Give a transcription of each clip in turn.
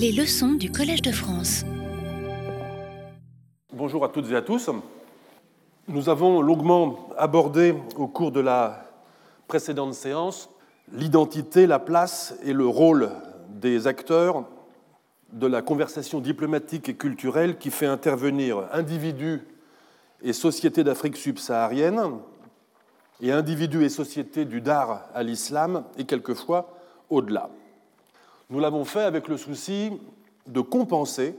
Les leçons du Collège de France. Bonjour à toutes et à tous. Nous avons longuement abordé au cours de la précédente séance l'identité, la place et le rôle des acteurs de la conversation diplomatique et culturelle qui fait intervenir individus et sociétés d'Afrique subsaharienne et individus et sociétés du Dar à l'islam et quelquefois au-delà. Nous l'avons fait avec le souci de compenser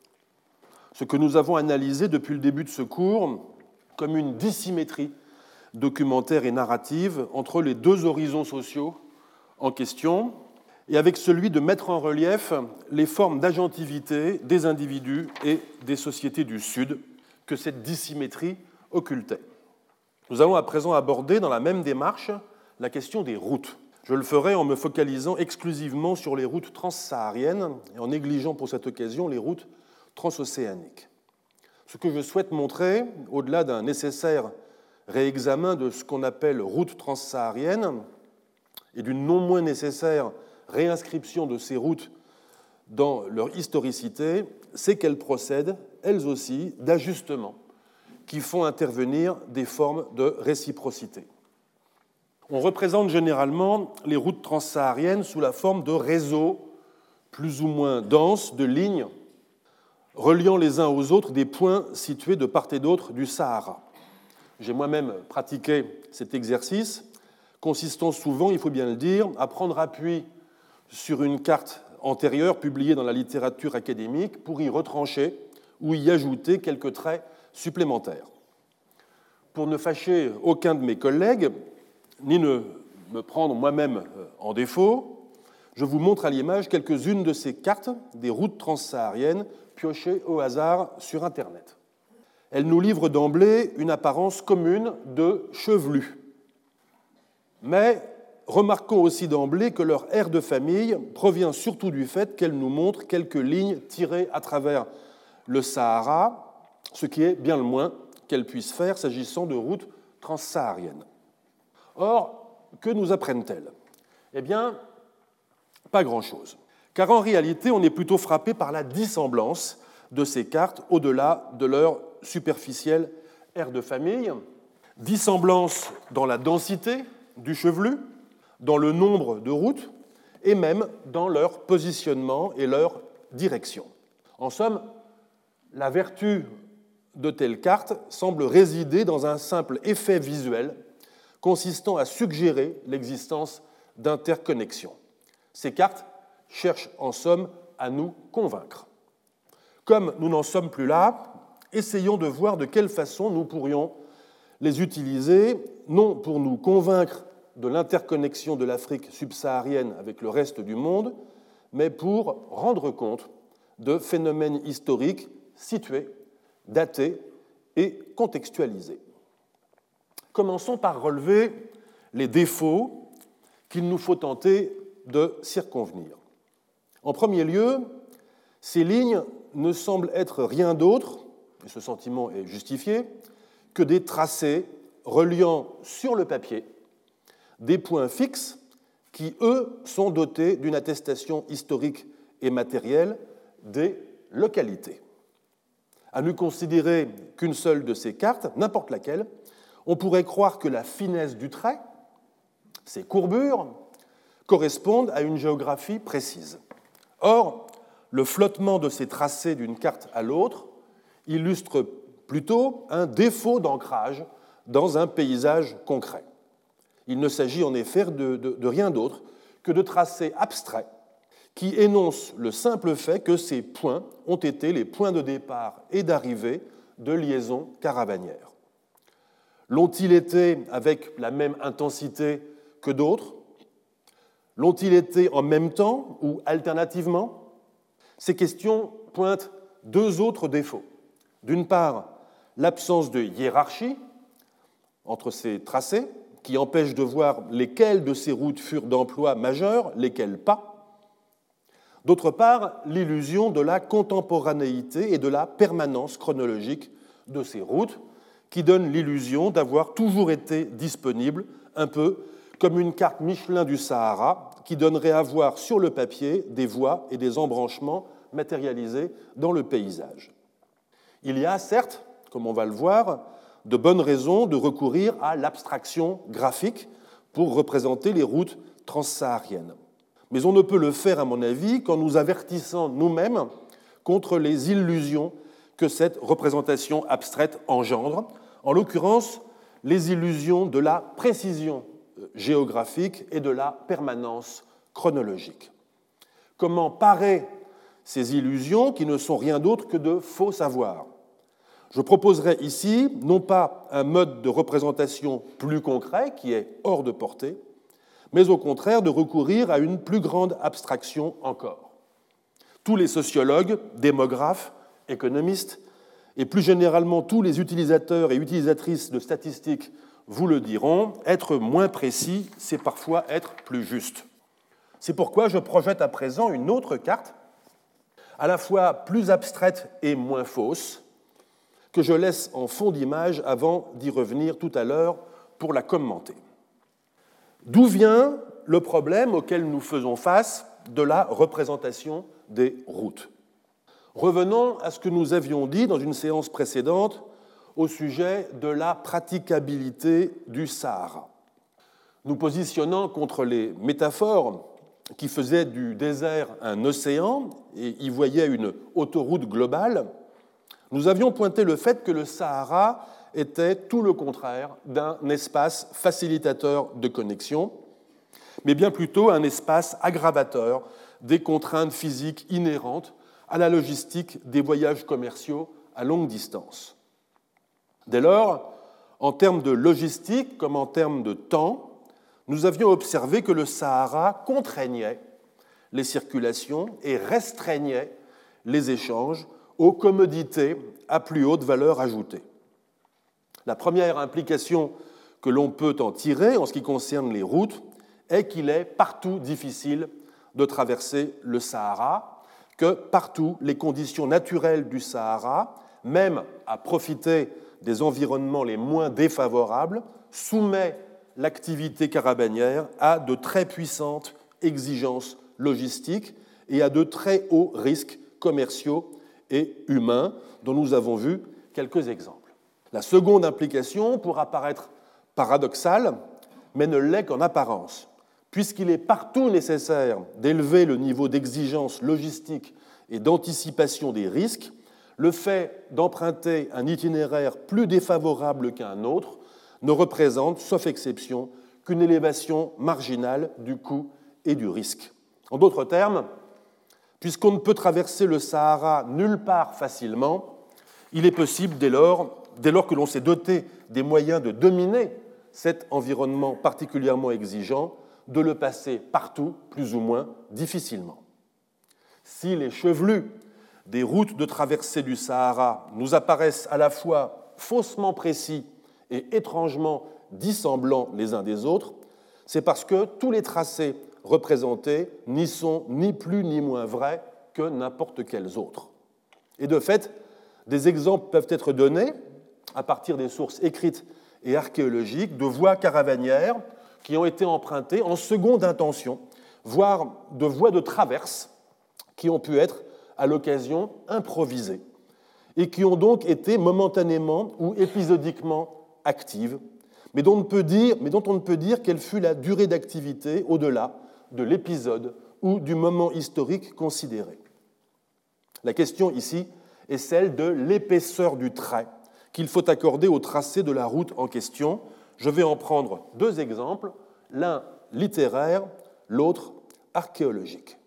ce que nous avons analysé depuis le début de ce cours comme une dissymétrie documentaire et narrative entre les deux horizons sociaux en question, et avec celui de mettre en relief les formes d'agentivité des individus et des sociétés du Sud que cette dissymétrie occultait. Nous allons à présent aborder dans la même démarche la question des routes. Je le ferai en me focalisant exclusivement sur les routes transsahariennes et en négligeant pour cette occasion les routes transocéaniques. Ce que je souhaite montrer, au-delà d'un nécessaire réexamen de ce qu'on appelle routes transsahariennes et d'une non moins nécessaire réinscription de ces routes dans leur historicité, c'est qu'elles procèdent, elles aussi, d'ajustements qui font intervenir des formes de réciprocité. On représente généralement les routes transsahariennes sous la forme de réseaux plus ou moins denses de lignes reliant les uns aux autres des points situés de part et d'autre du Sahara. J'ai moi-même pratiqué cet exercice, consistant souvent, il faut bien le dire, à prendre appui sur une carte antérieure publiée dans la littérature académique pour y retrancher ou y ajouter quelques traits supplémentaires. Pour ne fâcher aucun de mes collègues, ni ne me prendre moi-même en défaut, je vous montre à l'image quelques-unes de ces cartes des routes transsahariennes piochées au hasard sur Internet. Elles nous livrent d'emblée une apparence commune de chevelu. Mais remarquons aussi d'emblée que leur aire de famille provient surtout du fait qu'elles nous montrent quelques lignes tirées à travers le Sahara, ce qui est bien le moins qu'elles puissent faire s'agissant de routes transsahariennes. Or, que nous apprennent-elles ? Eh bien, pas grand-chose. Car en réalité, on est plutôt frappé par la dissemblance de ces cartes au-delà de leur superficielle aire de famille. Dissemblance dans la densité du chevelu, dans le nombre de routes et même dans leur positionnement et leur direction. En somme, la vertu de telles cartes semble résider dans un simple effet visuel consistant à suggérer l'existence d'interconnexions. Ces cartes cherchent en somme à nous convaincre. Comme nous n'en sommes plus là, essayons de voir de quelle façon nous pourrions les utiliser, non pour nous convaincre de l'interconnexion de l'Afrique subsaharienne avec le reste du monde, mais pour rendre compte de phénomènes historiques situés, datés et contextualisés. Commençons par relever les défauts qu'il nous faut tenter de circonvenir. En premier lieu, ces lignes ne semblent être rien d'autre, et ce sentiment est justifié, que des tracés reliant sur le papier des points fixes qui, eux, sont dotés d'une attestation historique et matérielle des localités. À ne considérer qu'une seule de ces cartes, n'importe laquelle, on pourrait croire que la finesse du trait, ses courbures, correspondent à une géographie précise. Or, le flottement de ces tracés d'une carte à l'autre illustre plutôt un défaut d'ancrage dans un paysage concret. Il ne s'agit en effet de rien d'autre que de tracés abstraits qui énoncent le simple fait que ces points ont été les points de départ et d'arrivée de liaisons caravanières. L'ont-ils été avec la même intensité que d'autres ? L'ont-ils été en même temps ou alternativement ? Ces questions pointent deux autres défauts. D'une part, l'absence de hiérarchie entre ces tracés, qui empêche de voir lesquelles de ces routes furent d'emploi majeur, lesquelles pas. D'autre part, l'illusion de la contemporanéité et de la permanence chronologique de ces routes, qui donne l'illusion d'avoir toujours été disponibles, un peu comme une carte Michelin du Sahara, qui donnerait à voir sur le papier des voies et des embranchements matérialisée dans le paysage. Il y a, certes, comme on va le voir, de bonnes raisons de recourir à l'abstraction graphique pour représenter les routes transsahariennes. Mais on ne peut le faire, à mon avis, qu'en nous avertissant nous-mêmes contre les illusions que cette représentation abstraite engendre, en l'occurrence les illusions de la précision géographique et de la permanence chronologique. Comment parer ces illusions qui ne sont rien d'autre que de faux savoirs? Je proposerai ici non pas un mode de représentation plus concret qui est hors de portée, mais au contraire de recourir à une plus grande abstraction encore. Tous les sociologues, démographes, économistes, et plus généralement tous les utilisateurs et utilisatrices de statistiques vous le diront, être moins précis, c'est parfois être plus juste. C'est pourquoi je projette à présent une autre carte, à la fois plus abstraite et moins fausse, que je laisse en fond d'image avant d'y revenir tout à l'heure pour la commenter. D'où vient le problème auquel nous faisons face de la représentation des routes? Revenons à ce que nous avions dit dans une séance précédente au sujet de la praticabilité du Sahara. Nous positionnant contre les métaphores qui faisaient du désert un océan et y voyaient une autoroute globale, nous avions pointé le fait que le Sahara était tout le contraire d'un espace facilitateur de connexion, mais bien plutôt un espace aggravateur des contraintes physiques inhérentes à la logistique des voyages commerciaux à longue distance. Dès lors, en termes de logistique comme en termes de temps, nous avions observé que le Sahara contraignait les circulations et restreignait les échanges aux commodités à plus haute valeur ajoutée. La première implication que l'on peut en tirer en ce qui concerne les routes est qu'il est partout difficile de traverser le Sahara, que partout les conditions naturelles du Sahara, même à profiter des environnements les moins défavorables, soumet l'activité caravanière à de très puissantes exigences logistiques et à de très hauts risques commerciaux et humains, dont nous avons vu quelques exemples. La seconde implication pourra paraître paradoxale, mais ne l'est qu'en apparence, puisqu'il est partout nécessaire d'élever le niveau d'exigence logistique et d'anticipation des risques, le fait d'emprunter un itinéraire plus défavorable qu'un autre ne représente, sauf exception, qu'une élévation marginale du coût et du risque. En d'autres termes, puisqu'on ne peut traverser le Sahara nulle part facilement, il est possible, dès lors que l'on s'est doté des moyens de dominer cet environnement particulièrement exigeant, de le passer partout, plus ou moins difficilement. Si les chevelus des routes de traversée du Sahara nous apparaissent à la fois faussement précis et étrangement dissemblants les uns des autres, c'est parce que tous les tracés représentés n'y sont ni plus ni moins vrais que n'importe quels autres. Et de fait, des exemples peuvent être donnés, à partir des sources écrites et archéologiques, de voies caravanières qui ont été empruntées en seconde intention, voire de voies de traverse qui ont pu être, à l'occasion, improvisées, et qui ont donc été momentanément ou épisodiquement actives, mais dont on ne peut dire quelle fut la durée d'activité au-delà de l'épisode ou du moment historique considéré. La question ici est celle de l'épaisseur du trait qu'il faut accorder au tracé de la route en question. Je vais en prendre deux exemples, l'un littéraire, l'autre archéologique.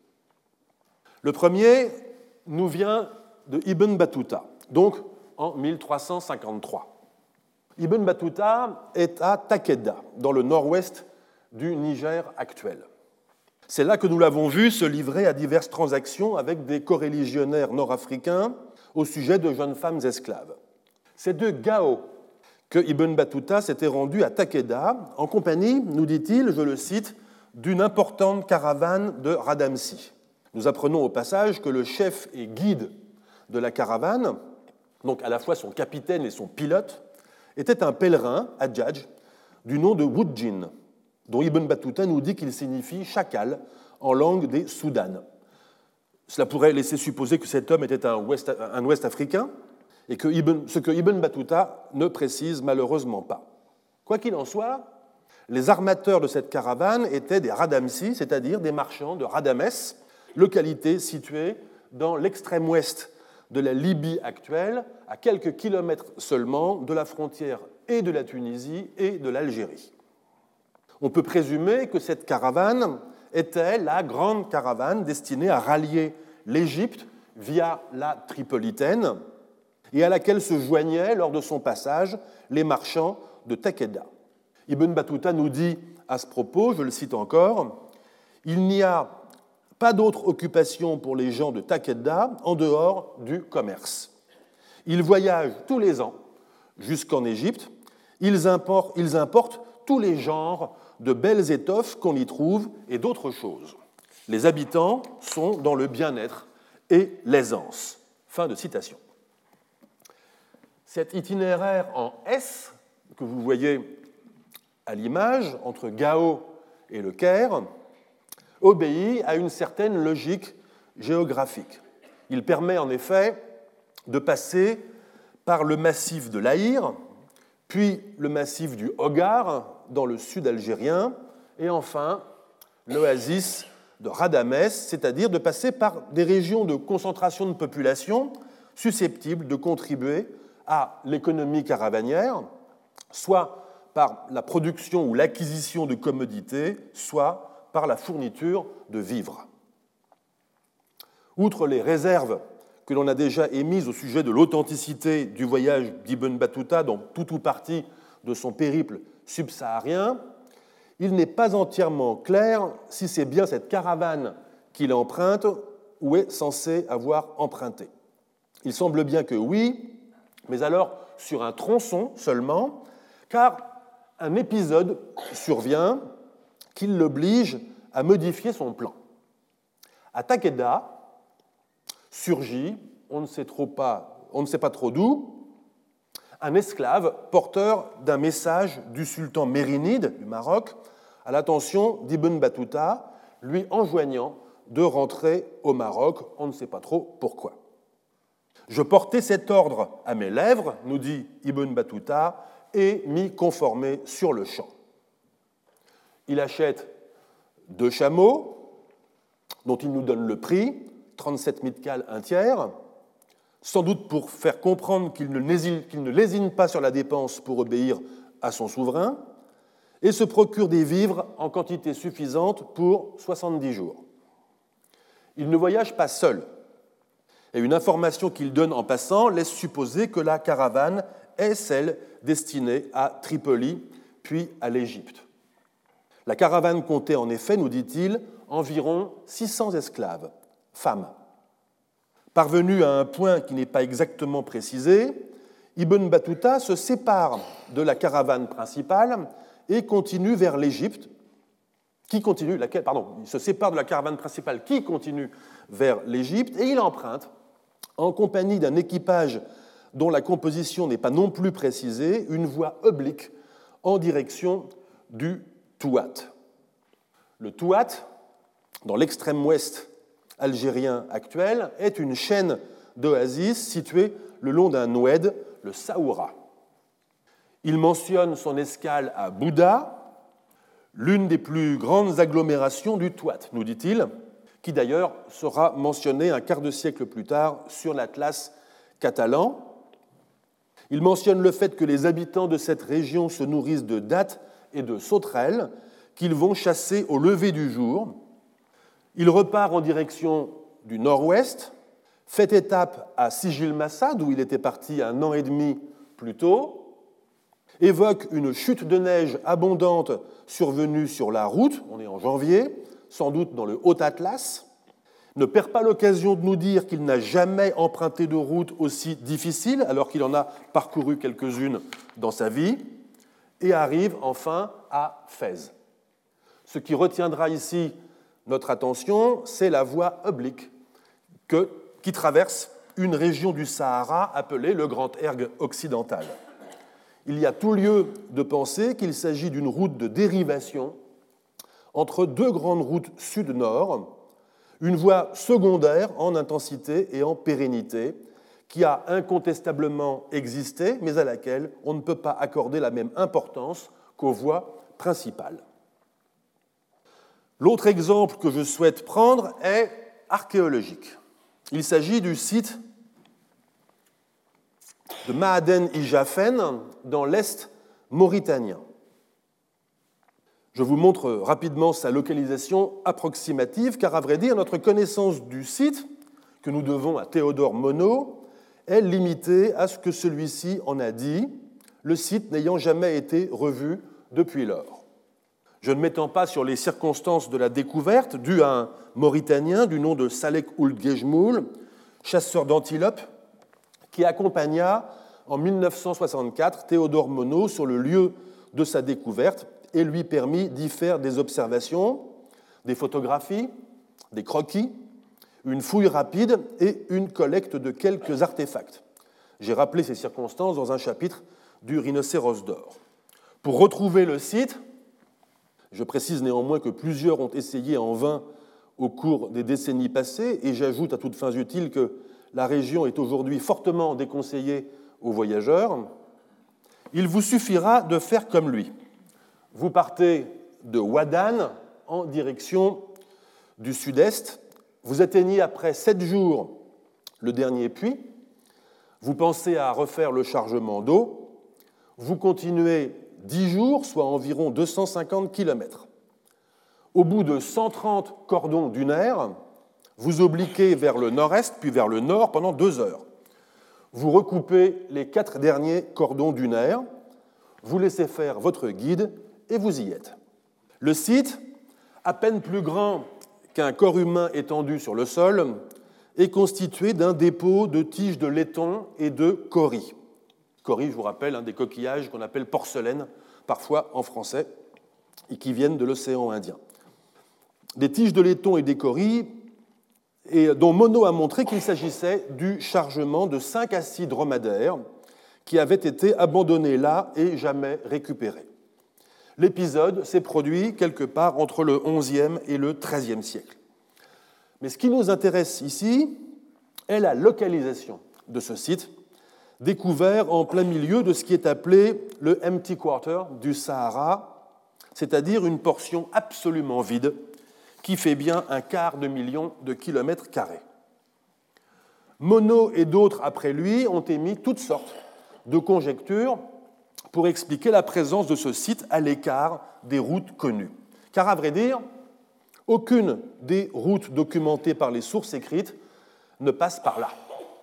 Le premier nous vient de Ibn Battuta, donc en 1353. Ibn Battuta est à Takeda, dans le nord-ouest du Niger actuel. C'est là que nous l'avons vu se livrer à diverses transactions avec des coreligionnaires nord-africains au sujet de jeunes femmes esclaves. C'est de Gao que Ibn Battuta s'était rendu à Takeda, en compagnie, nous dit-il, je le cite, d'une importante caravane de Radamsi. Nous apprenons au passage que le chef et guide de la caravane, donc à la fois son capitaine et son pilote, était un pèlerin, Hadjadj, du nom de Wudjin, dont Ibn Battuta nous dit qu'il signifie chacal en langue des Soudanes. Cela pourrait laisser supposer que cet homme était un Ouest africain, et ce que Ibn Battuta ne précise malheureusement pas. Quoi qu'il en soit, les armateurs de cette caravane étaient des Radamsi, c'est-à-dire des marchands de Radames, localité située dans l'extrême ouest de la Libye actuelle, à quelques kilomètres seulement de la frontière et de la Tunisie et de l'Algérie. On peut présumer que cette caravane était la grande caravane destinée à rallier l'Égypte via la Tripolitaine et à laquelle se joignaient, lors de son passage, les marchands de Takeda. Ibn Battuta nous dit à ce propos, je le cite encore, « Il n'y a pas d'autre occupation pour les gens de Takeda en dehors du commerce. Ils voyagent tous les ans jusqu'en Égypte, ils importent tous les genres de belles étoffes qu'on y trouve et d'autres choses. Les habitants sont dans le bien-être et l'aisance. » Fin de citation. Cet itinéraire en S, que vous voyez à l'image, entre Gao et le Caire, obéit à une certaine logique géographique. Il permet en effet de passer par le massif de l'Aïr, puis le massif du Hogar dans le sud algérien, et enfin l'oasis de Radames, c'est-à-dire de passer par des régions de concentration de population susceptibles de contribuer à l'économie caravanière, soit par la production ou l'acquisition de commodités, soit par la fourniture de vivres. Outre les réserves que l'on a déjà émises au sujet de l'authenticité du voyage d'Ibn Battuta dans tout ou partie de son périple subsaharien, il n'est pas entièrement clair si c'est bien cette caravane qu'il emprunte ou est censé avoir emprunté. Il semble bien que oui, mais alors sur un tronçon seulement, car un épisode survient qui l'oblige à modifier son plan. À Takeda surgit, on ne sait pas trop d'où, un esclave porteur d'un message du sultan Mérinide du Maroc à l'attention d'Ibn Battuta, lui enjoignant de rentrer au Maroc, on ne sait pas trop pourquoi. Je portai cet ordre à mes lèvres, nous dit Ibn Battuta, et m'y conformer sur le champ. Il achète 2 chameaux, dont il nous donne le prix, 37 mitkals, un tiers, sans doute pour faire comprendre qu'il ne lésine pas sur la dépense pour obéir à son souverain, et se procure des vivres en quantité suffisante pour 70 jours. Il ne voyage pas seul, et une information qu'il donne en passant laisse supposer que la caravane est celle destinée à Tripoli, puis à l'Égypte. La caravane comptait en effet, nous dit-il, environ 600 esclaves, femmes. Parvenu à un point qui n'est pas exactement précisé, Ibn Battuta se sépare de la caravane principale et continue vers l'Égypte, il se sépare de la caravane principale qui continue vers l'Égypte, et il emprunte, en compagnie d'un équipage dont la composition n'est pas non plus précisée, une voie oblique en direction du Touat. Le Touat, dans l'extrême ouest algérien actuel, est une chaîne d'oasis située le long d'un oued, le Saoura. Il mentionne son escale à Bouda, l'une des plus grandes agglomérations du Touat, nous dit-il, qui d'ailleurs sera mentionnée un quart de siècle plus tard sur l'Atlas catalan. Il mentionne le fait que les habitants de cette région se nourrissent de dattes et de sauterelles qu'ils vont chasser au lever du jour. Il repart en direction du nord-ouest, fait étape à Sijil Massa, d'où il était parti 1 an et demi plus tôt, évoque une chute de neige abondante survenue sur la route, on est en janvier, sans doute dans le Haut-Atlas, ne perd pas l'occasion de nous dire qu'il n'a jamais emprunté de route aussi difficile, alors qu'il en a parcouru quelques-unes dans sa vie, et arrive enfin à Fès. Ce qui retiendra ici notre attention, c'est la voie oblique qui traverse une région du Sahara appelée le Grand Erg occidental. Il y a tout lieu de penser qu'il s'agit d'une route de dérivation entre 2 grandes routes sud-nord, Une voie secondaire en intensité et en pérennité, qui a incontestablement existé, mais à laquelle on ne peut pas accorder la même importance qu'aux voies principales. L'autre exemple que je souhaite prendre est archéologique. Il s'agit du site de Maaden-i-Jafen dans l'Est mauritanien. Je vous montre rapidement sa localisation approximative, car à vrai dire, notre connaissance du site, que nous devons à Théodore Monod, est limitée à ce que celui-ci en a dit, le site n'ayant jamais été revu depuis lors. Je ne m'étends pas sur les circonstances de la découverte, due à un Mauritanien du nom de Salek Ould Gejmoul, chasseur d'antilopes, qui accompagna en 1964 Théodore Monod sur le lieu de sa découverte et lui permit d'y faire des observations, des photographies, des croquis, une fouille rapide et une collecte de quelques artefacts. J'ai rappelé ces circonstances dans un chapitre du Rhinocéros d'or. Pour retrouver le site, je précise néanmoins que plusieurs ont essayé en vain au cours des décennies passées, et j'ajoute à toutes fins utiles que la région est aujourd'hui fortement déconseillée aux voyageurs. Il vous suffira de faire comme lui. Vous partez de Wadan en direction du sud-est, vous atteignez après 7 jours le dernier puits, vous pensez à refaire le chargement d'eau, vous continuez 10 jours, soit environ 250 km. Au bout de 130 cordons dunaires, vous obliquez vers le nord-est puis vers le nord pendant 2 heures. Vous recoupez les 4 derniers cordons dunaires, vous laissez faire votre guide et vous y êtes. Le site, à peine plus grand qu'un corps humain étendu sur le sol, est constitué d'un dépôt de tiges de laiton et de coris. Coris, je vous rappelle, des coquillages qu'on appelle porcelaine, parfois en français, et qui viennent de l'océan Indien. Des tiges de laiton et des coris, et dont Monod a montré qu'il s'agissait du chargement de 5 à 6 dromadaires qui avaient été abandonnés là et jamais récupérés. L'épisode s'est produit quelque part entre le XIe et le XIIIe siècle. Mais ce qui nous intéresse ici est la localisation de ce site, découvert en plein milieu de ce qui est appelé le empty quarter du Sahara, c'est-à-dire une portion absolument vide qui fait bien 1/4 million de kilomètres carrés. Monod et d'autres après lui ont émis toutes sortes de conjectures pour expliquer la présence de ce site à l'écart des routes connues. Car à vrai dire, aucune des routes documentées par les sources écrites ne passe par là.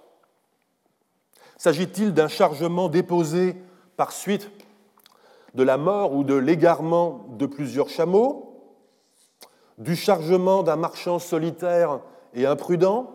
S'agit-il d'un chargement déposé par suite de la mort ou de l'égarement de plusieurs chameaux, du chargement d'un marchand solitaire et imprudent,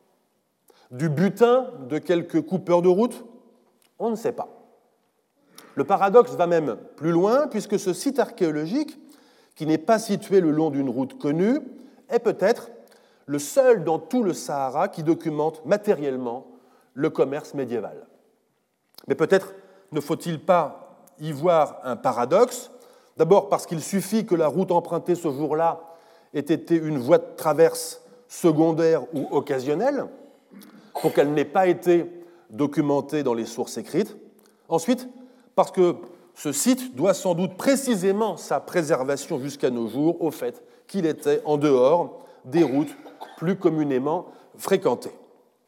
du butin de quelques coupeurs de route? On ne sait pas. Le paradoxe va même plus loin, puisque ce site archéologique, qui n'est pas situé le long d'une route connue, est peut-être le seul dans tout le Sahara qui documente matériellement le commerce médiéval. Mais peut-être ne faut-il pas y voir un paradoxe, d'abord parce qu'il suffit que la route empruntée ce jour-là ait été une voie de traverse secondaire ou occasionnelle, pour qu'elle n'ait pas été documentée dans les sources écrites. Ensuite, parce que ce site doit sans doute précisément sa préservation jusqu'à nos jours au fait qu'il était en dehors des routes plus communément fréquentées.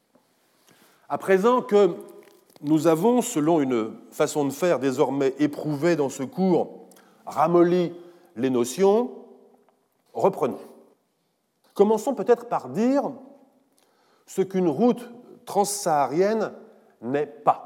À présent que nous avons, selon une façon de faire désormais éprouvée dans ce cours, ramolli les notions, reprenons. Commençons peut-être par dire ce qu'une route transsaharienne n'est pas.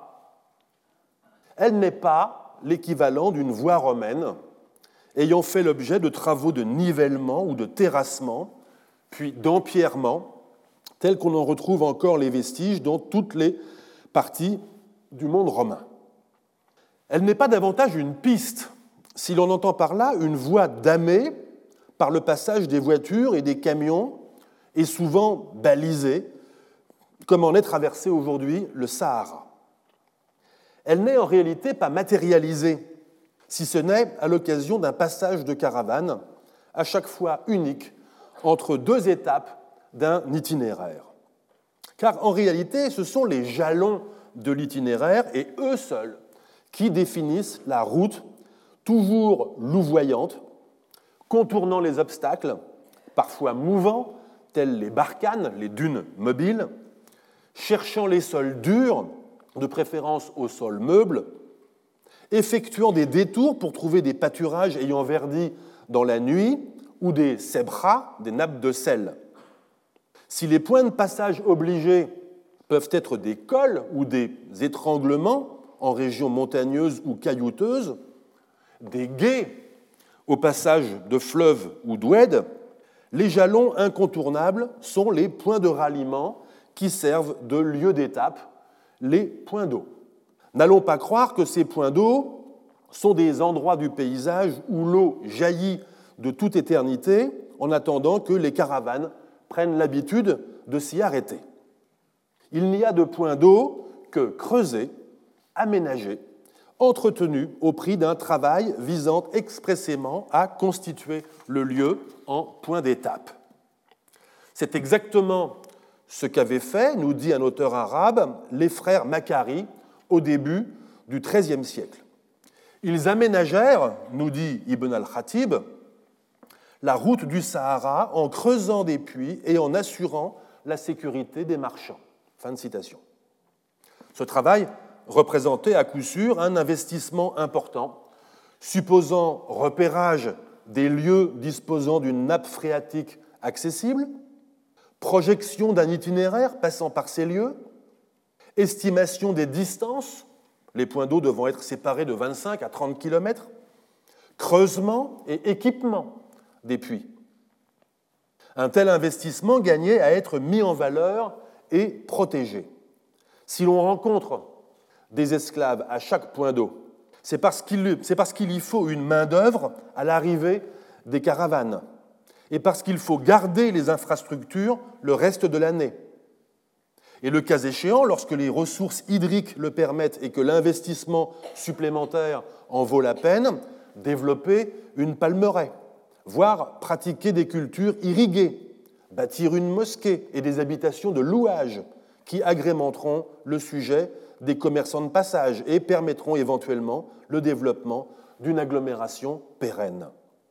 Elle n'est pas l'équivalent d'une voie romaine ayant fait l'objet de travaux de nivellement ou de terrassement, puis d'empierrement, tels qu'on en retrouve encore les vestiges dans toutes les parties du monde romain. Elle n'est pas davantage une piste, si l'on entend par là une voie damée par le passage des voitures et des camions, et souvent balisée, comme en est traversé aujourd'hui le Sahara. Elle n'est en réalité pas matérialisée, si ce n'est à l'occasion d'un passage de caravane, à chaque fois unique, entre 2 étapes d'un itinéraire. Car en réalité, ce sont les jalons de l'itinéraire et eux seuls qui définissent la route toujours louvoyante, contournant les obstacles, parfois mouvants, tels les barcanes, les dunes mobiles, cherchant les sols durs, de préférence au sol meuble, effectuant des détours pour trouver des pâturages ayant verdi dans la nuit ou des sebras, des nappes de sel. Si les points de passage obligés peuvent être des cols ou des étranglements en régions montagneuses ou caillouteuses, des gués au passage de fleuves ou d'oueds, les jalons incontournables sont les points de ralliement qui servent de lieu d'étape, les points d'eau. N'allons pas croire que ces points d'eau sont des endroits du paysage où l'eau jaillit de toute éternité en attendant que les caravanes prennent l'habitude de s'y arrêter. Il n'y a de points d'eau que creusés, aménagés, entretenus au prix d'un travail visant expressément à constituer le lieu en point d'étape. C'est exactement ce qu'avaient fait, nous dit un auteur arabe, les frères Makari au début du XIIIe siècle. Ils aménagèrent, nous dit Ibn al-Khatib, la route du Sahara en creusant des puits et en assurant la sécurité des marchands. Fin de citation. Ce travail représentait à coup sûr un investissement important, supposant repérage des lieux disposant d'une nappe phréatique accessible, projection d'un itinéraire passant par ces lieux, estimation des distances, les points d'eau devant être séparés de 25 à 30 km, creusement et équipement des puits. Un tel investissement gagnait à être mis en valeur et protégé. Si l'on rencontre des esclaves à chaque point d'eau, c'est parce qu'il y faut une main-d'œuvre à l'arrivée des caravanes et parce qu'il faut garder les infrastructures le reste de l'année. Et le cas échéant, lorsque les ressources hydriques le permettent et que l'investissement supplémentaire en vaut la peine, développer une palmeraie, voire pratiquer des cultures irriguées, bâtir une mosquée et des habitations de louage qui agrémenteront le sujet des commerçants de passage et permettront éventuellement le développement d'une agglomération pérenne.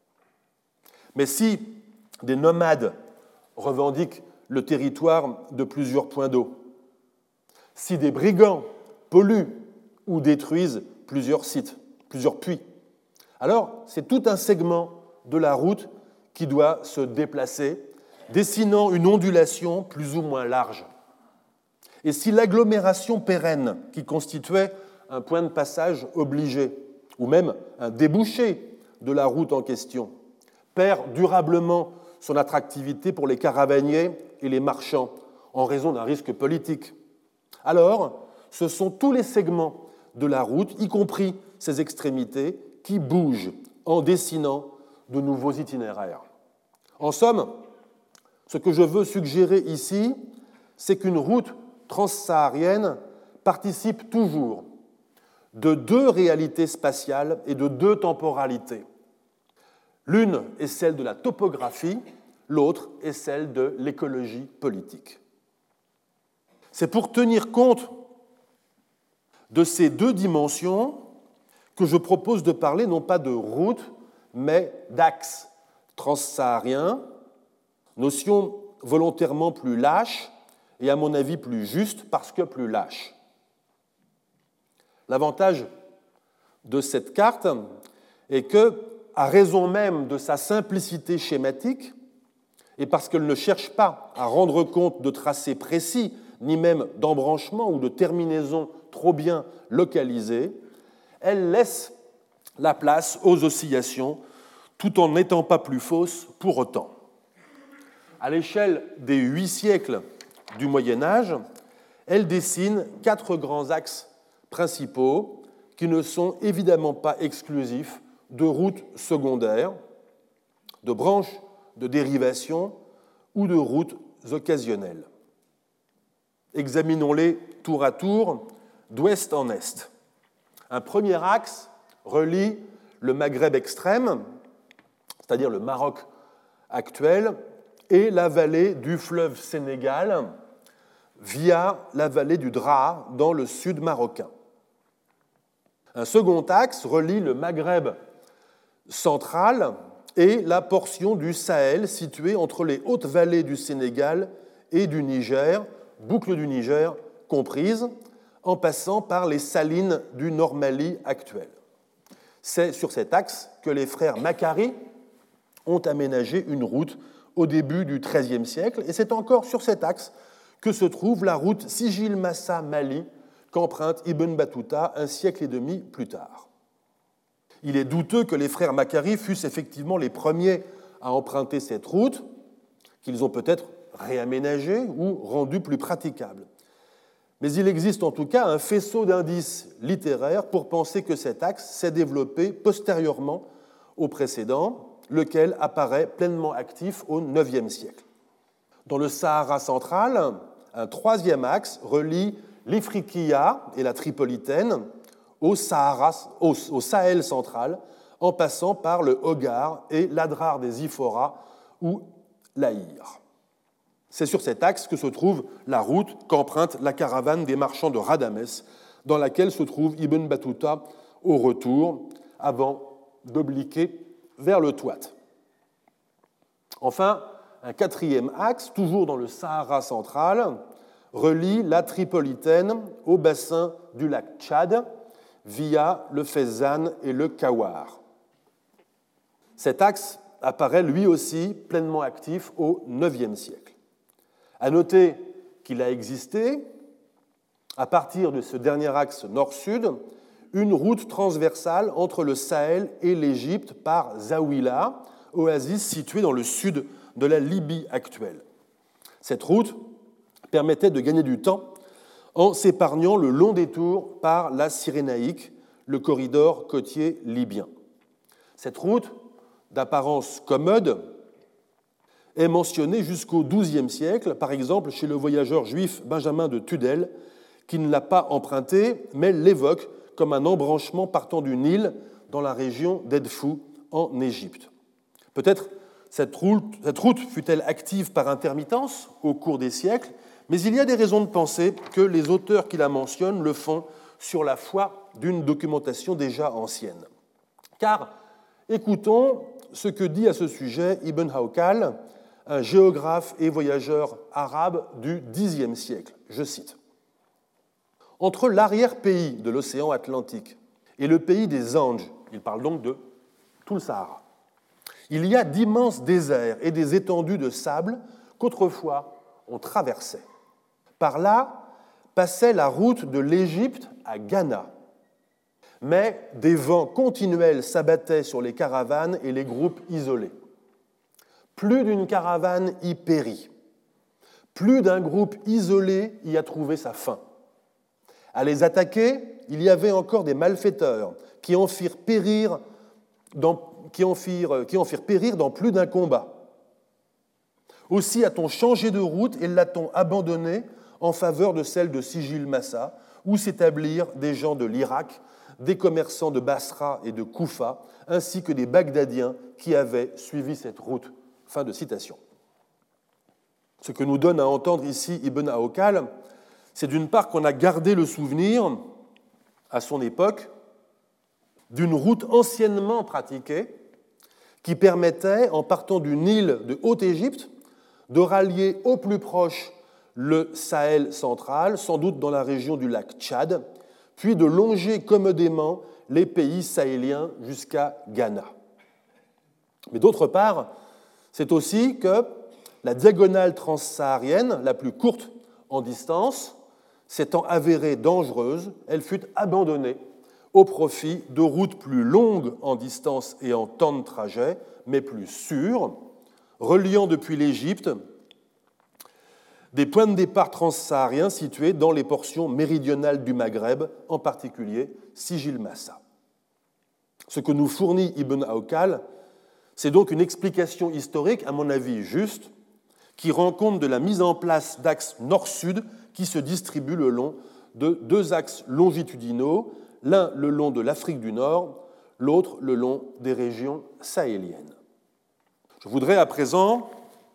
Mais si des nomades revendiquent le territoire de plusieurs points d'eau, si des brigands polluent ou détruisent plusieurs sites, plusieurs puits, alors c'est tout un segment de la route qui doit se déplacer, dessinant une ondulation plus ou moins large. Et si l'agglomération pérenne, qui constituait un point de passage obligé, ou même un débouché de la route en question, perd durablement son attractivité pour les caravaniers et les marchands en raison d'un risque politique, alors ce sont tous les segments de la route, y compris ses extrémités, qui bougent en dessinant de nouveaux itinéraires. En somme, ce que je veux suggérer ici, c'est qu'une route transsaharienne participe toujours de deux réalités spatiales et de deux temporalités. L'une est celle de la topographie, l'autre est celle de l'écologie politique. C'est pour tenir compte de ces deux dimensions que je propose de parler non pas de route, mais d'axe transsaharien, notion volontairement plus lâche et à mon avis plus juste parce que plus lâche. L'avantage de cette carte est que, à raison même de sa simplicité schématique, et parce qu'elle ne cherche pas à rendre compte de tracés précis, ni même d'embranchements ou de terminaisons trop bien localisées, elle laisse la place aux oscillations tout en n'étant pas plus fausse pour autant. À l'échelle des 8 siècles du Moyen-Âge, elle dessine 4 grands axes principaux qui ne sont évidemment pas exclusifs de routes secondaires, de branches de dérivation ou de routes occasionnelles. Examinons-les tour à tour, d'ouest en est. Un premier axe relie le Maghreb extrême, c'est-à-dire le Maroc actuel, et la vallée du fleuve Sénégal via la vallée du Draa dans le sud marocain. Un second axe relie le Maghreb central et la portion du Sahel située entre les hautes vallées du Sénégal et du Niger, boucle du Niger comprise, en passant par les salines du Nord Mali actuel. C'est sur cet axe que les frères Macquarie ont aménagé une route au début du XIIIe siècle, et c'est encore sur cet axe que se trouve la route Sigil-Massa-Mali qu'emprunte Ibn Battuta un siècle et demi plus tard. Il est douteux que les frères Macquarie fussent effectivement les premiers à emprunter cette route, qu'ils ont peut-être réaménagée ou rendue plus praticable. Mais il existe en tout cas un faisceau d'indices littéraires pour penser que cet axe s'est développé postérieurement au précédent, lequel apparaît pleinement actif au IXe siècle. Dans le Sahara central, un troisième axe relie l'Ifriqiya et la Tripolitaine au Sahel central, en passant par le Hogar et l'Adrar des Iphora ou l'Aïr. C'est sur cet axe que se trouve la route qu'emprunte la caravane des marchands de Rhadamès, dans laquelle se trouve Ibn Battuta au retour, avant d'obliquer vers le Touat. Enfin, un quatrième axe, toujours dans le Sahara central, relie la Tripolitaine au bassin du lac Tchad via le Fezzan et le Kawar. Cet axe apparaît lui aussi pleinement actif au IXe siècle. À noter qu'il a existé, à partir de ce dernier axe nord-sud, une route transversale entre le Sahel et l'Égypte par Zaouila, oasis située dans le sud de la Libye actuelle. Cette route permettait de gagner du temps en s'épargnant le long détour par la Cyrénaïque, le corridor côtier libyen. Cette route, d'apparence commode, est mentionnée jusqu'au XIIe siècle, par exemple chez le voyageur juif Benjamin de Tudel, qui ne l'a pas empruntée, mais l'évoque comme un embranchement partant du Nil dans la région d'Edfou, en Égypte. Peut-être cette route fut-elle active par intermittence au cours des siècles, mais il y a des raisons de penser que les auteurs qui la mentionnent le font sur la foi d'une documentation déjà ancienne. Car écoutons ce que dit à ce sujet Ibn Hawkal, un géographe et voyageur arabe du Xe siècle. Je cite. « Entre l'arrière-pays de l'océan Atlantique et le pays des Anges, il parle donc de tout le Sahara, il y a d'immenses déserts et des étendues de sable qu'autrefois on traversait. Par là passait la route de l'Égypte à Ghana. Mais des vents continuels s'abattaient sur les caravanes et les groupes isolés. Plus d'une caravane y périt. Plus d'un groupe isolé y a trouvé sa fin. À les attaquer, il y avait encore des malfaiteurs qui en firent périr dans plus d'un combat. Aussi a-t-on changé de route et l'a-t-on abandonnée en faveur de celle de Sigil-Massa, où s'établirent des gens de l'Irak, des commerçants de Basra et de Koufa, ainsi que des Bagdadiens qui avaient suivi cette route. » Fin de citation. Ce que nous donne à entendre ici Ibn Hawkal, c'est d'une part qu'on a gardé le souvenir, à son époque, d'une route anciennement pratiquée qui permettait, en partant du Nil de Haute-Égypte, de rallier au plus proche le Sahel central, sans doute dans la région du lac Tchad, puis de longer commodément les pays sahéliens jusqu'à Ghana. Mais d'autre part, c'est aussi que la diagonale transsaharienne, la plus courte en distance, s'étant avérée dangereuse, elle fut abandonnée au profit de routes plus longues en distance et en temps de trajet, mais plus sûres, reliant depuis l'Égypte des points de départ transsahariens situés dans les portions méridionales du Maghreb, en particulier Sigil-Massa. Ce que nous fournit Ibn Hawkal, c'est donc une explication historique, à mon avis juste, qui rend compte de la mise en place d'axes nord-sud qui se distribuent le long de deux axes longitudinaux, l'un le long de l'Afrique du Nord, l'autre le long des régions sahéliennes. Je voudrais à présent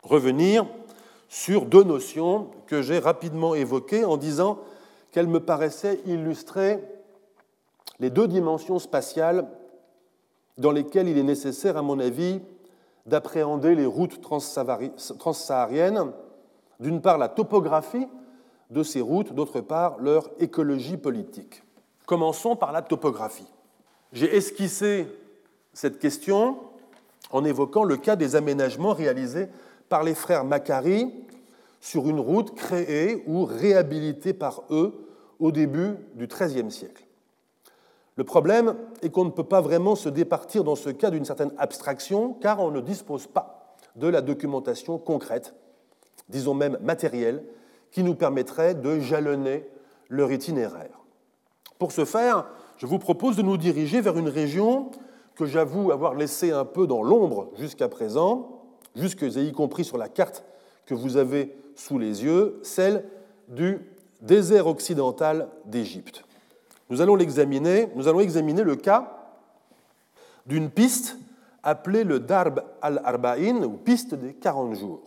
revenir sur deux notions que j'ai rapidement évoquées en disant qu'elles me paraissaient illustrer les deux dimensions spatiales dans lesquelles il est nécessaire, à mon avis, d'appréhender les routes transsahariennes, d'une part la topographie de ces routes, d'autre part leur écologie politique. Commençons par la topographie. J'ai esquissé cette question en évoquant le cas des aménagements réalisés par les frères Macquarie sur une route créée ou réhabilitée par eux au début du XIIIe siècle. Le problème est qu'on ne peut pas vraiment se départir dans ce cas d'une certaine abstraction, car on ne dispose pas de la documentation concrète, disons même matérielle, qui nous permettrait de jalonner leur itinéraire. Pour ce faire, je vous propose de nous diriger vers une région que j'avoue avoir laissée un peu dans l'ombre jusqu'à présent, jusque et y compris sur la carte que vous avez sous les yeux, celle du désert occidental d'Égypte. Nous allons examiner le cas d'une piste appelée le Darb al-Arba'in, ou piste des 40 jours.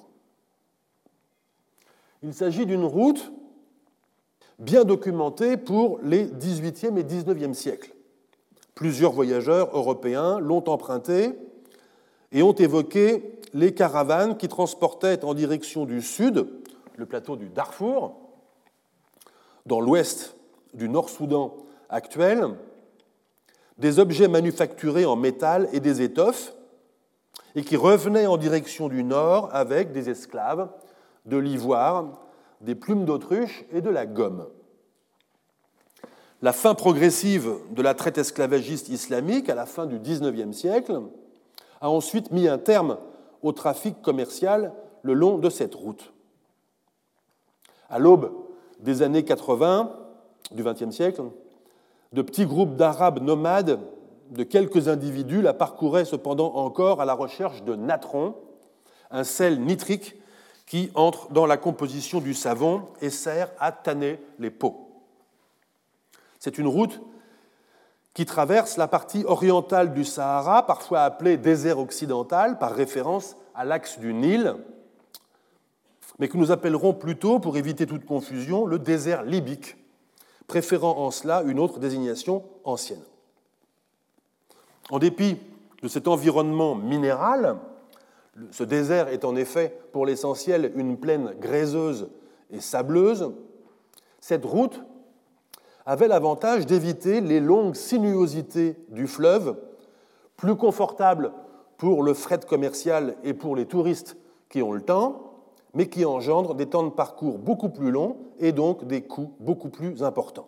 Il s'agit d'une route bien documentée pour les XVIIIe et XIXe siècles. Plusieurs voyageurs européens l'ont empruntée et ont évoqué les caravanes qui transportaient en direction du sud, le plateau du Darfour, dans l'ouest du Nord-Soudan actuel, des objets manufacturés en métal et des étoffes, et qui revenaient en direction du nord avec des esclaves, de l'ivoire, des plumes d'autruche et de la gomme. La fin progressive de la traite esclavagiste islamique à la fin du XIXe siècle a ensuite mis un terme au trafic commercial le long de cette route. À l'aube des années 80 du XXe siècle, de petits groupes d'Arabes nomades de quelques individus la parcouraient cependant encore à la recherche de natron, un sel nitrique qui entre dans la composition du savon et sert à tanner les peaux. C'est une route qui traverse la partie orientale du Sahara, parfois appelée désert occidental, par référence à l'axe du Nil, mais que nous appellerons plutôt, pour éviter toute confusion, le désert libyque, préférant en cela une autre désignation ancienne. En dépit de cet environnement minéral, ce désert est en effet pour l'essentiel une plaine graiseuse et sableuse, cette route avait l'avantage d'éviter les longues sinuosités du fleuve, plus confortables pour le fret commercial et pour les touristes qui ont le temps, mais qui engendrent des temps de parcours beaucoup plus longs et donc des coûts beaucoup plus importants.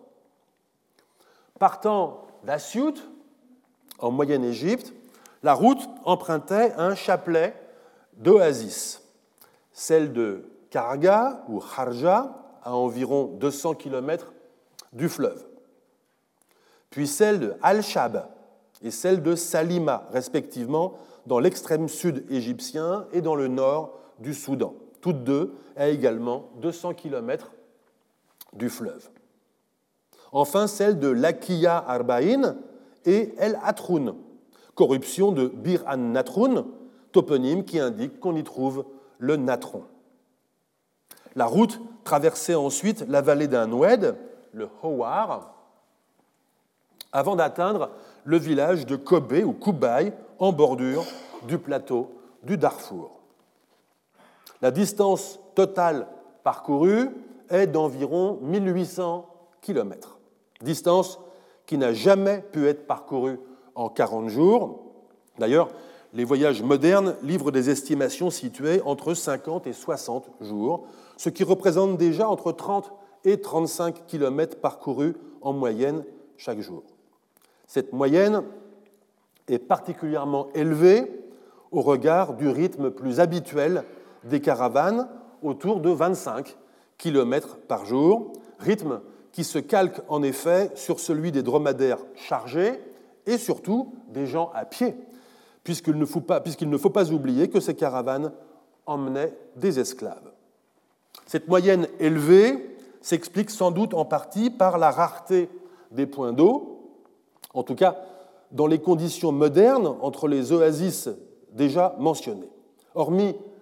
Partant d'Assiout, en Moyenne-Égypte, la route empruntait un chapelet d'oasis, celle de Karga ou Kharja, à environ 200 km du fleuve, puis celle de Al-Shab et celle de Salima, respectivement, dans l'extrême sud égyptien et dans le nord du Soudan, toutes deux à également 200 km du fleuve. Enfin, celle de Lakiya Arba'in et El Atroun, corruption de Bir an-Natroun, toponyme qui indique qu'on y trouve le natron. La route traversait ensuite la vallée d'un oued, le Howar, avant d'atteindre le village de Kobe ou Koubaï, en bordure du plateau du Darfour. La distance totale parcourue est d'environ 1800 km, distance qui n'a jamais pu être parcourue en 40 jours. D'ailleurs, les voyages modernes livrent des estimations situées entre 50 et 60 jours, ce qui représente déjà entre 30 et 35 km parcourus en moyenne chaque jour. Cette moyenne est particulièrement élevée au regard du rythme plus habituel des caravanes, autour de 25 km par jour, rythme qui se calque en effet sur celui des dromadaires chargés et surtout des gens à pied, puisqu'il ne faut pas oublier que ces caravanes emmenaient des esclaves. Cette moyenne élevée s'explique sans doute en partie par la rareté des points d'eau, en tout cas dans les conditions modernes entre les oasis déjà mentionnées. Hormis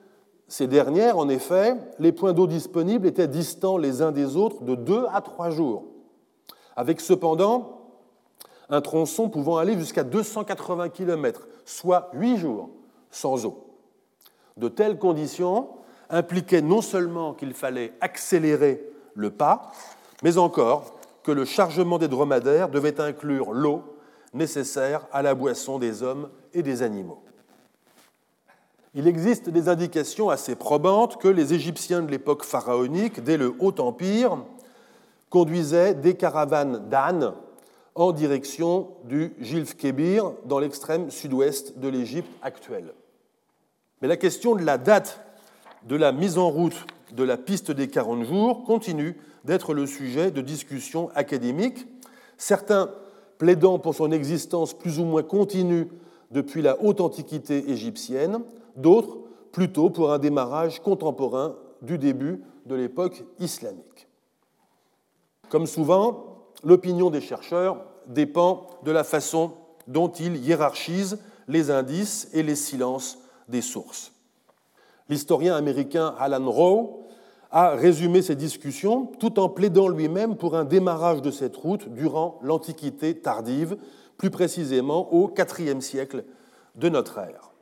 Ces dernières, en effet, les points d'eau disponibles étaient distants les uns des autres de 2 à 3 jours, avec cependant un tronçon pouvant aller jusqu'à 280 km, soit 8 jours sans eau. De telles conditions impliquaient non seulement qu'il fallait accélérer le pas, mais encore que le chargement des dromadaires devait inclure l'eau nécessaire à la boisson des hommes et des animaux. Il existe des indications assez probantes que les Égyptiens de l'époque pharaonique, dès le Haut Empire, conduisaient des caravanes d'ânes en direction du Gilf Kébir, dans l'extrême sud-ouest de l'Égypte actuelle. Mais la question de la date de la mise en route de la piste des 40 jours continue d'être le sujet de discussions académiques, certains plaidant pour son existence plus ou moins continue depuis la haute antiquité égyptienne, d'autres plutôt pour un démarrage contemporain du début de l'époque islamique. Comme souvent, l'opinion des chercheurs dépend de la façon dont ils hiérarchisent les indices et les silences des sources. L'historien américain Alan Rowe a résumé ces discussions tout en plaidant lui-même pour un démarrage de cette route durant l'Antiquité tardive, plus précisément au IVe siècle de notre ère.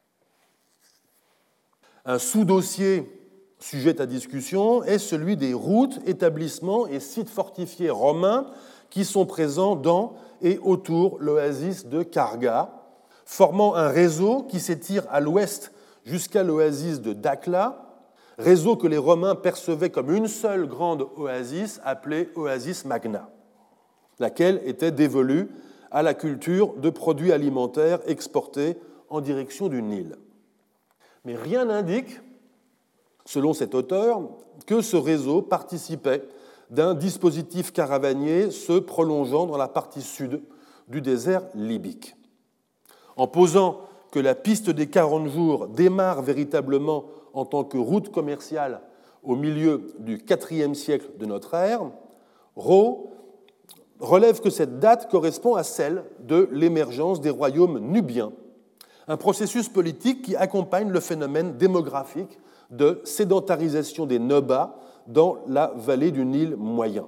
Un sous-dossier sujet à discussion est celui des routes, établissements et sites fortifiés romains qui sont présents dans et autour l'oasis de Karga, formant un réseau qui s'étire à l'ouest jusqu'à l'oasis de Dakhla, réseau que les Romains percevaient comme une seule grande oasis appelée Oasis Magna, laquelle était dévolue à la culture de produits alimentaires exportés en direction du Nil. Mais rien n'indique, selon cet auteur, que ce réseau participait d'un dispositif caravanier se prolongeant dans la partie sud du désert libyque. En posant que la piste des 40 jours démarre véritablement en tant que route commerciale au milieu du IVe siècle de notre ère, Rowe relève que cette date correspond à celle de l'émergence des royaumes nubiens, un processus politique qui accompagne le phénomène démographique de sédentarisation des Nobas dans la vallée du Nil moyen.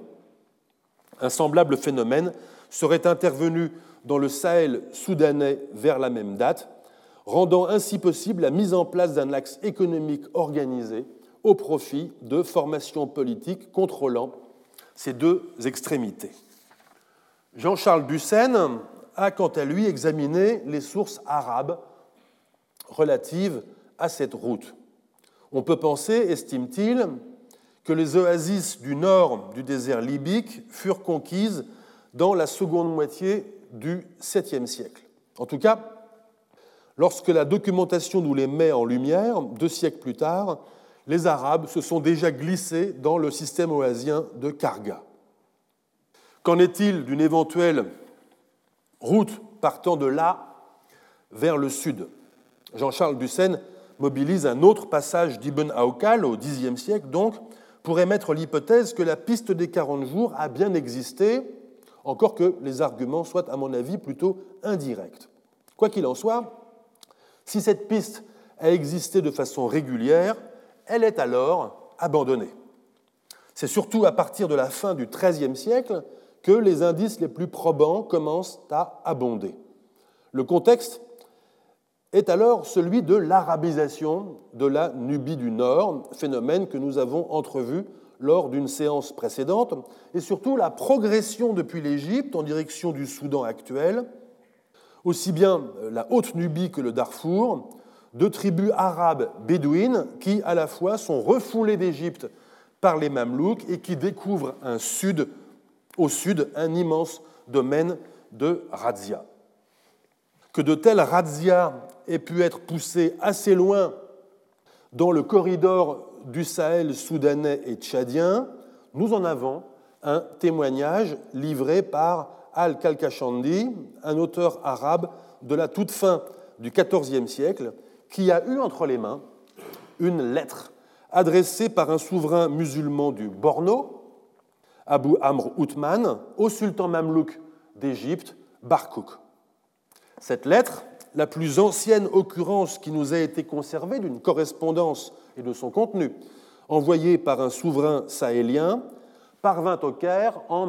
Un semblable phénomène serait intervenu dans le Sahel soudanais vers la même date, rendant ainsi possible la mise en place d'un axe économique organisé au profit de formations politiques contrôlant ces deux extrémités. Jean-Charles Bussen a quant à lui examiné les sources arabes relatives à cette route. On peut penser, estime-t-il, que les oasis du nord du désert libyque furent conquises dans la seconde moitié du VIIe siècle. En tout cas, lorsque la documentation nous les met en lumière, 2 siècles plus tard, les Arabes se sont déjà glissés dans le système oasien de Karga. Qu'en est-il d'une éventuelle route partant de là vers le sud ? Jean-Charles Bussen mobilise un autre passage d'Ibn Aoukal au Xe siècle, donc, pour émettre l'hypothèse que la piste des 40 jours a bien existé, encore que les arguments soient, à mon avis, plutôt indirects. Quoi qu'il en soit, si cette piste a existé de façon régulière, elle est alors abandonnée. C'est surtout à partir de la fin du XIIIe siècle que les indices les plus probants commencent à abonder. Le contexte est alors celui de l'arabisation de la Nubie du Nord, phénomène que nous avons entrevu lors d'une séance précédente, et surtout la progression depuis l'Égypte en direction du Soudan actuel, aussi bien la Haute-Nubie que le Darfour, de tribus arabes bédouines qui, à la fois, sont refoulées d'Égypte par les Mamelouks et qui découvrent au sud un immense domaine de razzia. Que de telles razzias aient pu être poussées assez loin dans le corridor du Sahel soudanais et tchadien, nous en avons un témoignage livré par Al-Kalkashandi, un auteur arabe de la toute fin du XIVe siècle, qui a eu entre les mains une lettre adressée par un souverain musulman du Borno, Abu Amr Othman, au sultan mamelouk d'Égypte, Barkouk. Cette lettre, la plus ancienne occurrence qui nous a été conservée d'une correspondance et de son contenu, envoyé par un souverain sahélien, parvint au Caire en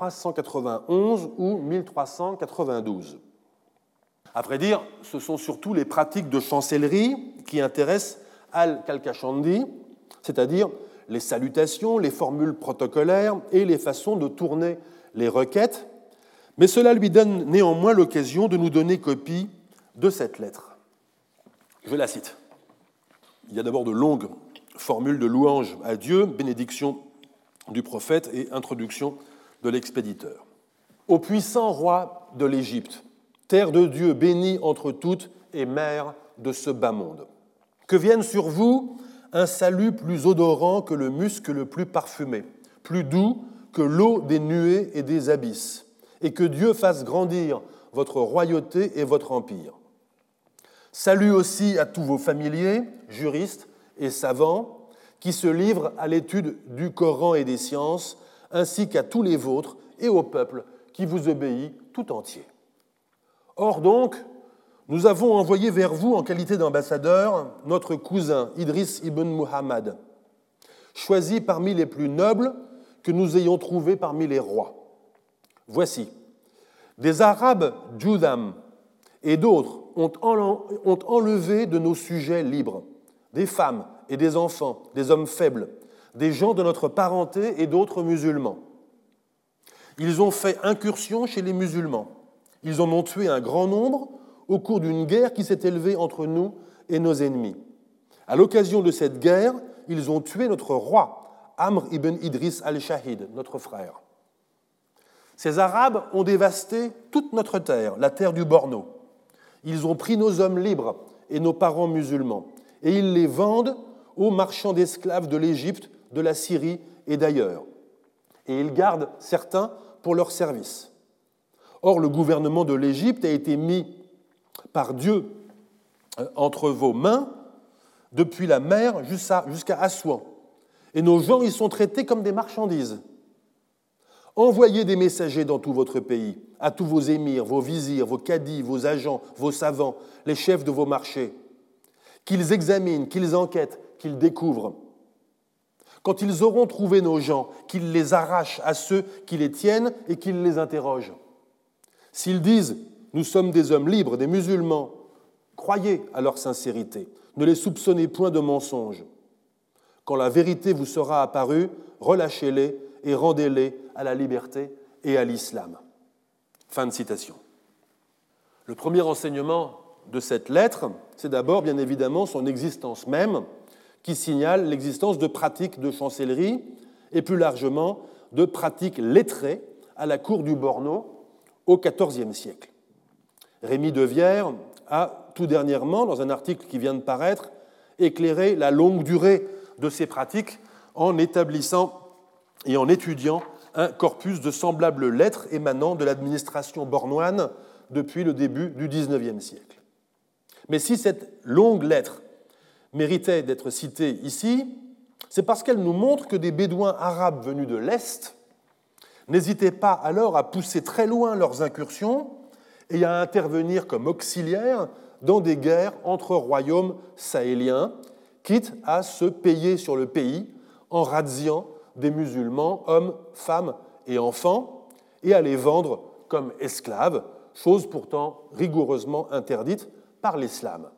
1391 ou 1392. À vrai dire, ce sont surtout les pratiques de chancellerie qui intéressent Al-Kalkashandi, c'est-à-dire les salutations, les formules protocolaires et les façons de tourner les requêtes, mais cela lui donne néanmoins l'occasion de nous donner copie de cette lettre. Je la cite. Il y a d'abord de longues formules de louange à Dieu, bénédiction du prophète et introduction de l'expéditeur. Ô puissant roi de l'Égypte, terre de Dieu bénie entre toutes et mère de ce bas monde, que vienne sur vous un salut plus odorant que le musc le plus parfumé, plus doux que l'eau des nuées et des abysses, et que Dieu fasse grandir votre royauté et votre empire. Salut aussi à tous vos familiers, juristes et savants, qui se livrent à l'étude du Coran et des sciences, ainsi qu'à tous les vôtres et au peuple qui vous obéit tout entier. Or donc, nous avons envoyé vers vous, en qualité d'ambassadeur, notre cousin Idriss ibn Muhammad, choisi parmi les plus nobles que nous ayons trouvés parmi les rois. Voici, des Arabes Judham et d'autres ont enlevé de nos sujets libres, des femmes et des enfants, des hommes faibles, des gens de notre parenté et d'autres musulmans. Ils ont fait incursion chez les musulmans. Ils en ont tué un grand nombre au cours d'une guerre qui s'est élevée entre nous et nos ennemis. À l'occasion de cette guerre, ils ont tué notre roi, Amr ibn Idriss al-Shahid, notre frère. Ces Arabes ont dévasté toute notre terre, la terre du Borno. Ils ont pris nos hommes libres et nos parents musulmans, et ils les vendent aux marchands d'esclaves de l'Égypte, de la Syrie et d'ailleurs. Et ils gardent certains pour leur service. Or, le gouvernement de l'Égypte a été mis par Dieu entre vos mains depuis la mer jusqu'à Assouan. Et nos gens y sont traités comme des marchandises. Envoyez des messagers dans tout votre pays, à tous vos émirs, vos vizirs, vos cadis, vos agents, vos savants, les chefs de vos marchés, qu'ils examinent, qu'ils enquêtent, qu'ils découvrent. Quand ils auront trouvé nos gens, qu'ils les arrachent à ceux qui les tiennent et qu'ils les interrogent. S'ils disent « Nous sommes des hommes libres, des musulmans », croyez à leur sincérité, ne les soupçonnez point de mensonges. Quand la vérité vous sera apparue, relâchez-les et rendez-les à la liberté et à l'islam. Fin de citation. Le premier enseignement de cette lettre, c'est d'abord, bien évidemment, son existence même, qui signale l'existence de pratiques de chancellerie et plus largement de pratiques lettrées à la cour du Borno au XIVe siècle. Rémy Devière a tout dernièrement, dans un article qui vient de paraître, éclairé la longue durée de ces pratiques en établissant et en étudiant un corpus de semblables lettres émanant de l'administration bornoine depuis le début du XIXe siècle. Mais si cette longue lettre méritait d'être citée ici, c'est parce qu'elle nous montre que des Bédouins arabes venus de l'Est n'hésitaient pas alors à pousser très loin leurs incursions et à intervenir comme auxiliaires dans des guerres entre royaumes sahéliens, quitte à se payer sur le pays en razziant des musulmans, hommes, femmes et enfants, et à les vendre comme esclaves, chose pourtant rigoureusement interdite par l'islam.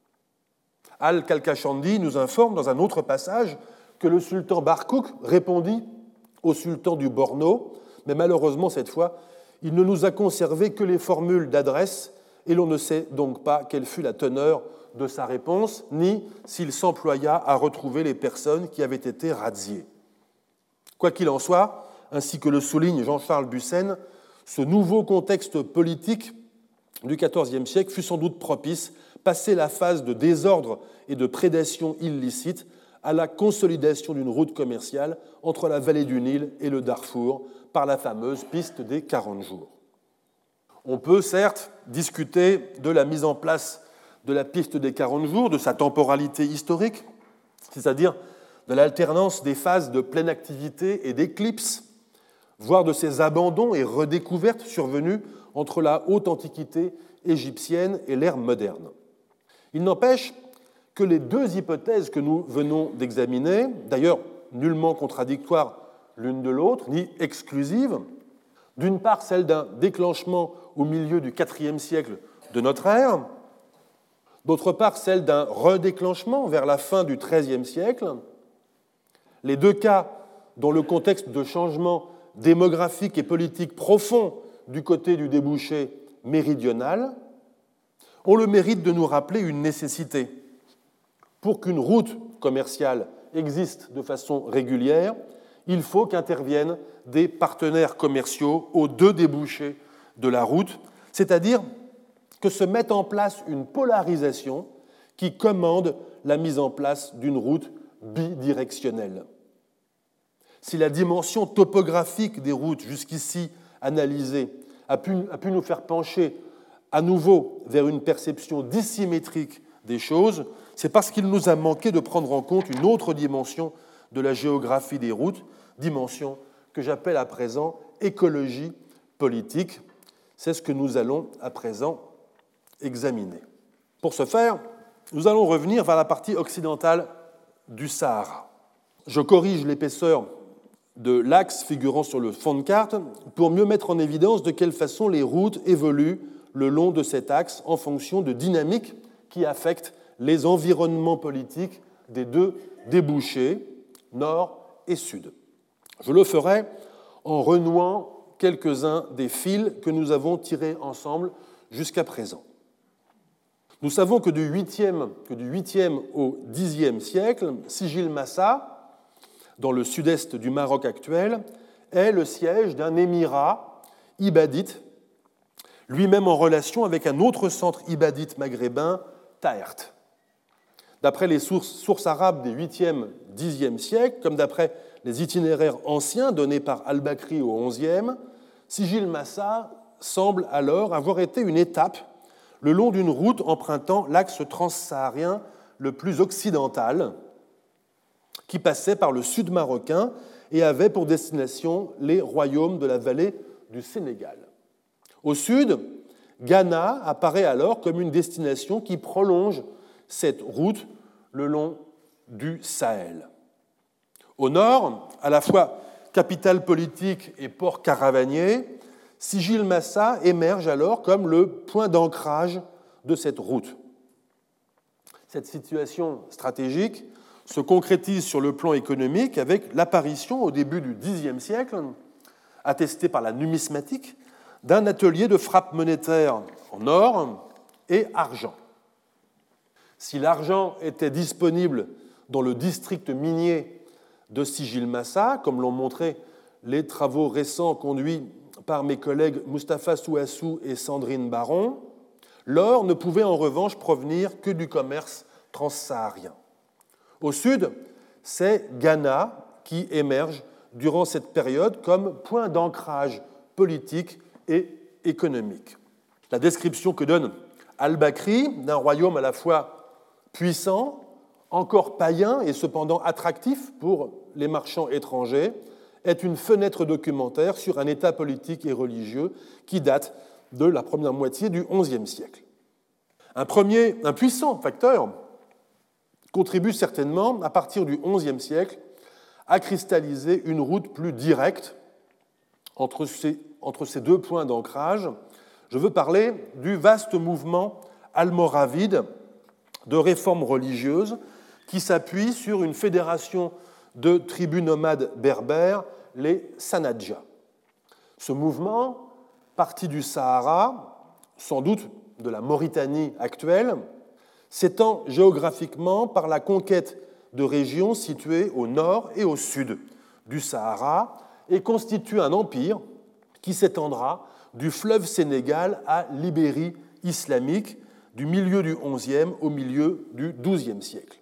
Al-Kalkashandi nous informe dans un autre passage que le sultan Barkouk répondit au sultan du Borno, mais malheureusement cette fois, il ne nous a conservé que les formules d'adresse et l'on ne sait donc pas quelle fut la teneur de sa réponse, ni s'il s'employa à retrouver les personnes qui avaient été razziées. Quoi qu'il en soit, ainsi que le souligne Jean-Charles Bussen, ce nouveau contexte politique du XIVe siècle fut sans doute propice, passé la phase de désordre et de prédation illicite, à la consolidation d'une route commerciale entre la vallée du Nil et le Darfour par la fameuse piste des 40 jours. On peut certes discuter de la mise en place de la piste des 40 jours, de sa temporalité historique, c'est-à-dire de l'alternance des phases de pleine activité et d'éclipse, voire de ces abandons et redécouvertes survenus entre la haute antiquité égyptienne et l'ère moderne. Il n'empêche que les deux hypothèses que nous venons d'examiner, d'ailleurs nullement contradictoires l'une de l'autre, ni exclusives, d'une part celle d'un déclenchement au milieu du IVe siècle de notre ère, d'autre part celle d'un redéclenchement vers la fin du XIIIe siècle, les deux cas dans le contexte de changement démographique et politique profond du côté du débouché méridional, ont le mérite de nous rappeler une nécessité. Pour qu'une route commerciale existe de façon régulière, il faut qu'interviennent des partenaires commerciaux aux deux débouchés de la route, c'est-à-dire que se mette en place une polarisation qui commande la mise en place d'une route bidirectionnelle. Si la dimension topographique des routes jusqu'ici analysée a pu nous faire pencher à nouveau vers une perception dissymétrique des choses, c'est parce qu'il nous a manqué de prendre en compte une autre dimension de la géographie des routes, dimension que j'appelle à présent écologie politique. C'est ce que nous allons à présent examiner. Pour ce faire, nous allons revenir vers la partie occidentale du Sahara. Je corrige l'épaisseur de l'axe figurant sur le fond de carte pour mieux mettre en évidence de quelle façon les routes évoluent le long de cet axe en fonction de dynamiques qui affectent les environnements politiques des deux débouchés, nord et sud. Je le ferai en renouant quelques-uns des fils que nous avons tirés ensemble jusqu'à présent. Nous savons que du 8e au 10e siècle, Sijil Massa, dans le sud-est du Maroc actuel, est le siège d'un émirat ibadite, lui-même en relation avec un autre centre ibadite maghrébin, Taert. D'après les sources arabes des 8e, 10e siècles, comme d'après les itinéraires anciens donnés par al-Bakri au 11e, Sijil Massa semble alors avoir été une étape le long d'une route empruntant l'axe transsaharien le plus occidental, qui passait par le sud marocain et avait pour destination les royaumes de la vallée du Sénégal. Au sud, Ghana apparaît alors comme une destination qui prolonge cette route le long du Sahel. Au nord, à la fois capitale politique et port caravanier, Sijil Massa émerge alors comme le point d'ancrage de cette route. Cette situation stratégique se concrétise sur le plan économique avec l'apparition au début du Xe siècle, attestée par la numismatique, d'un atelier de frappe monétaire en or et argent. Si l'argent était disponible dans le district minier de Sijil Massa, comme l'ont montré les travaux récents conduits par mes collègues Mustapha Souassou et Sandrine Baron, l'or ne pouvait en revanche provenir que du commerce transsaharien. Au sud, c'est Ghana qui émerge durant cette période comme point d'ancrage politique et économique. La description que donne al-Bakri d'un royaume à la fois puissant, encore païen et cependant attractif pour les marchands étrangers, est une fenêtre documentaire sur un état politique et religieux qui date de la première moitié du XIe siècle. Un puissant facteur contribue certainement, à partir du XIe siècle, à cristalliser une route plus directe entre ces deux points d'ancrage. Je veux parler du vaste mouvement almoravide de réforme religieuse qui s'appuie sur une fédération de tribus nomades berbères, les Sanadja. Ce mouvement, parti du Sahara, sans doute de la Mauritanie actuelle, s'étend géographiquement par la conquête de régions situées au nord et au sud du Sahara et constitue un empire qui s'étendra du fleuve Sénégal à l'Ibérie islamique du milieu du XIe au milieu du XIIe siècle.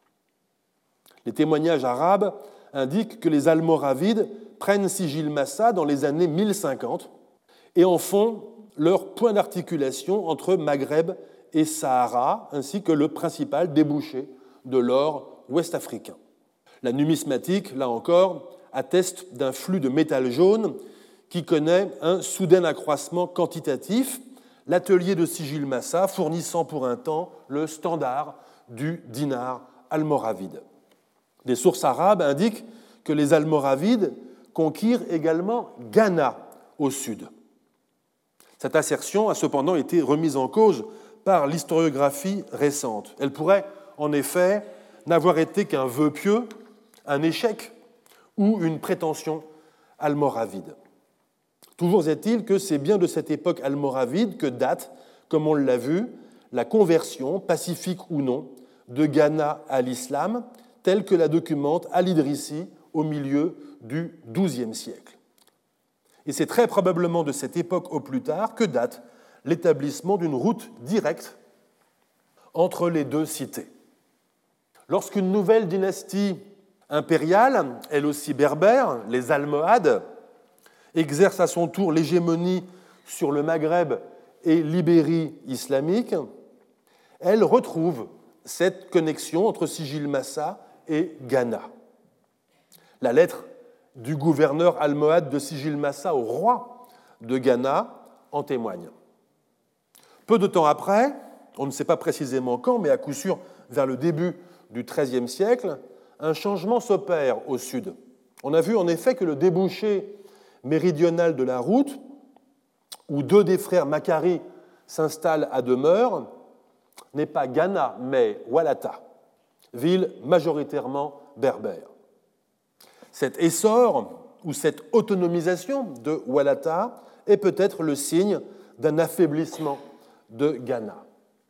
Les témoignages arabes indiquent que les Almoravides prennent Sijil Massa dans les années 1050 et en font leur point d'articulation entre Maghreb et Sahara, ainsi que le principal débouché de l'or ouest-africain. La numismatique, là encore, atteste d'un flux de métal jaune qui connaît un soudain accroissement quantitatif, l'atelier de Sijil Massa fournissant pour un temps le standard du dinar almoravide. Des sources arabes indiquent que les Almoravides conquirent également Ghana au sud. Cette assertion a cependant été remise en cause par l'historiographie récente. Elle pourrait, en effet, n'avoir été qu'un vœu pieux, un échec ou une prétention almoravide. Toujours est-il que c'est bien de cette époque almoravide que date, comme on l'a vu, la conversion, pacifique ou non, de Ghana à l'islam, telle que la documente Al-Idrissi au milieu du XIIe siècle. Et c'est très probablement de cette époque au plus tard que date l'établissement d'une route directe entre les deux cités. Lorsqu'une nouvelle dynastie impériale, elle aussi berbère, les Almohades, exerce à son tour l'hégémonie sur le Maghreb et l'Ibérie islamique, elle retrouve cette connexion entre Sijil Massa et Ghana. La lettre du gouverneur almohade de Sijil Massa au roi de Ghana en témoigne. Peu de temps après, on ne sait pas précisément quand, mais à coup sûr vers le début du XIIIe siècle, un changement s'opère au sud. On a vu en effet que le débouché méridional de la route, où deux des frères Macquarie s'installent à demeure, n'est pas Ghana, mais Walata, ville majoritairement berbère. Cet essor ou cette autonomisation de Walata est peut-être le signe d'un affaiblissement de Ghana.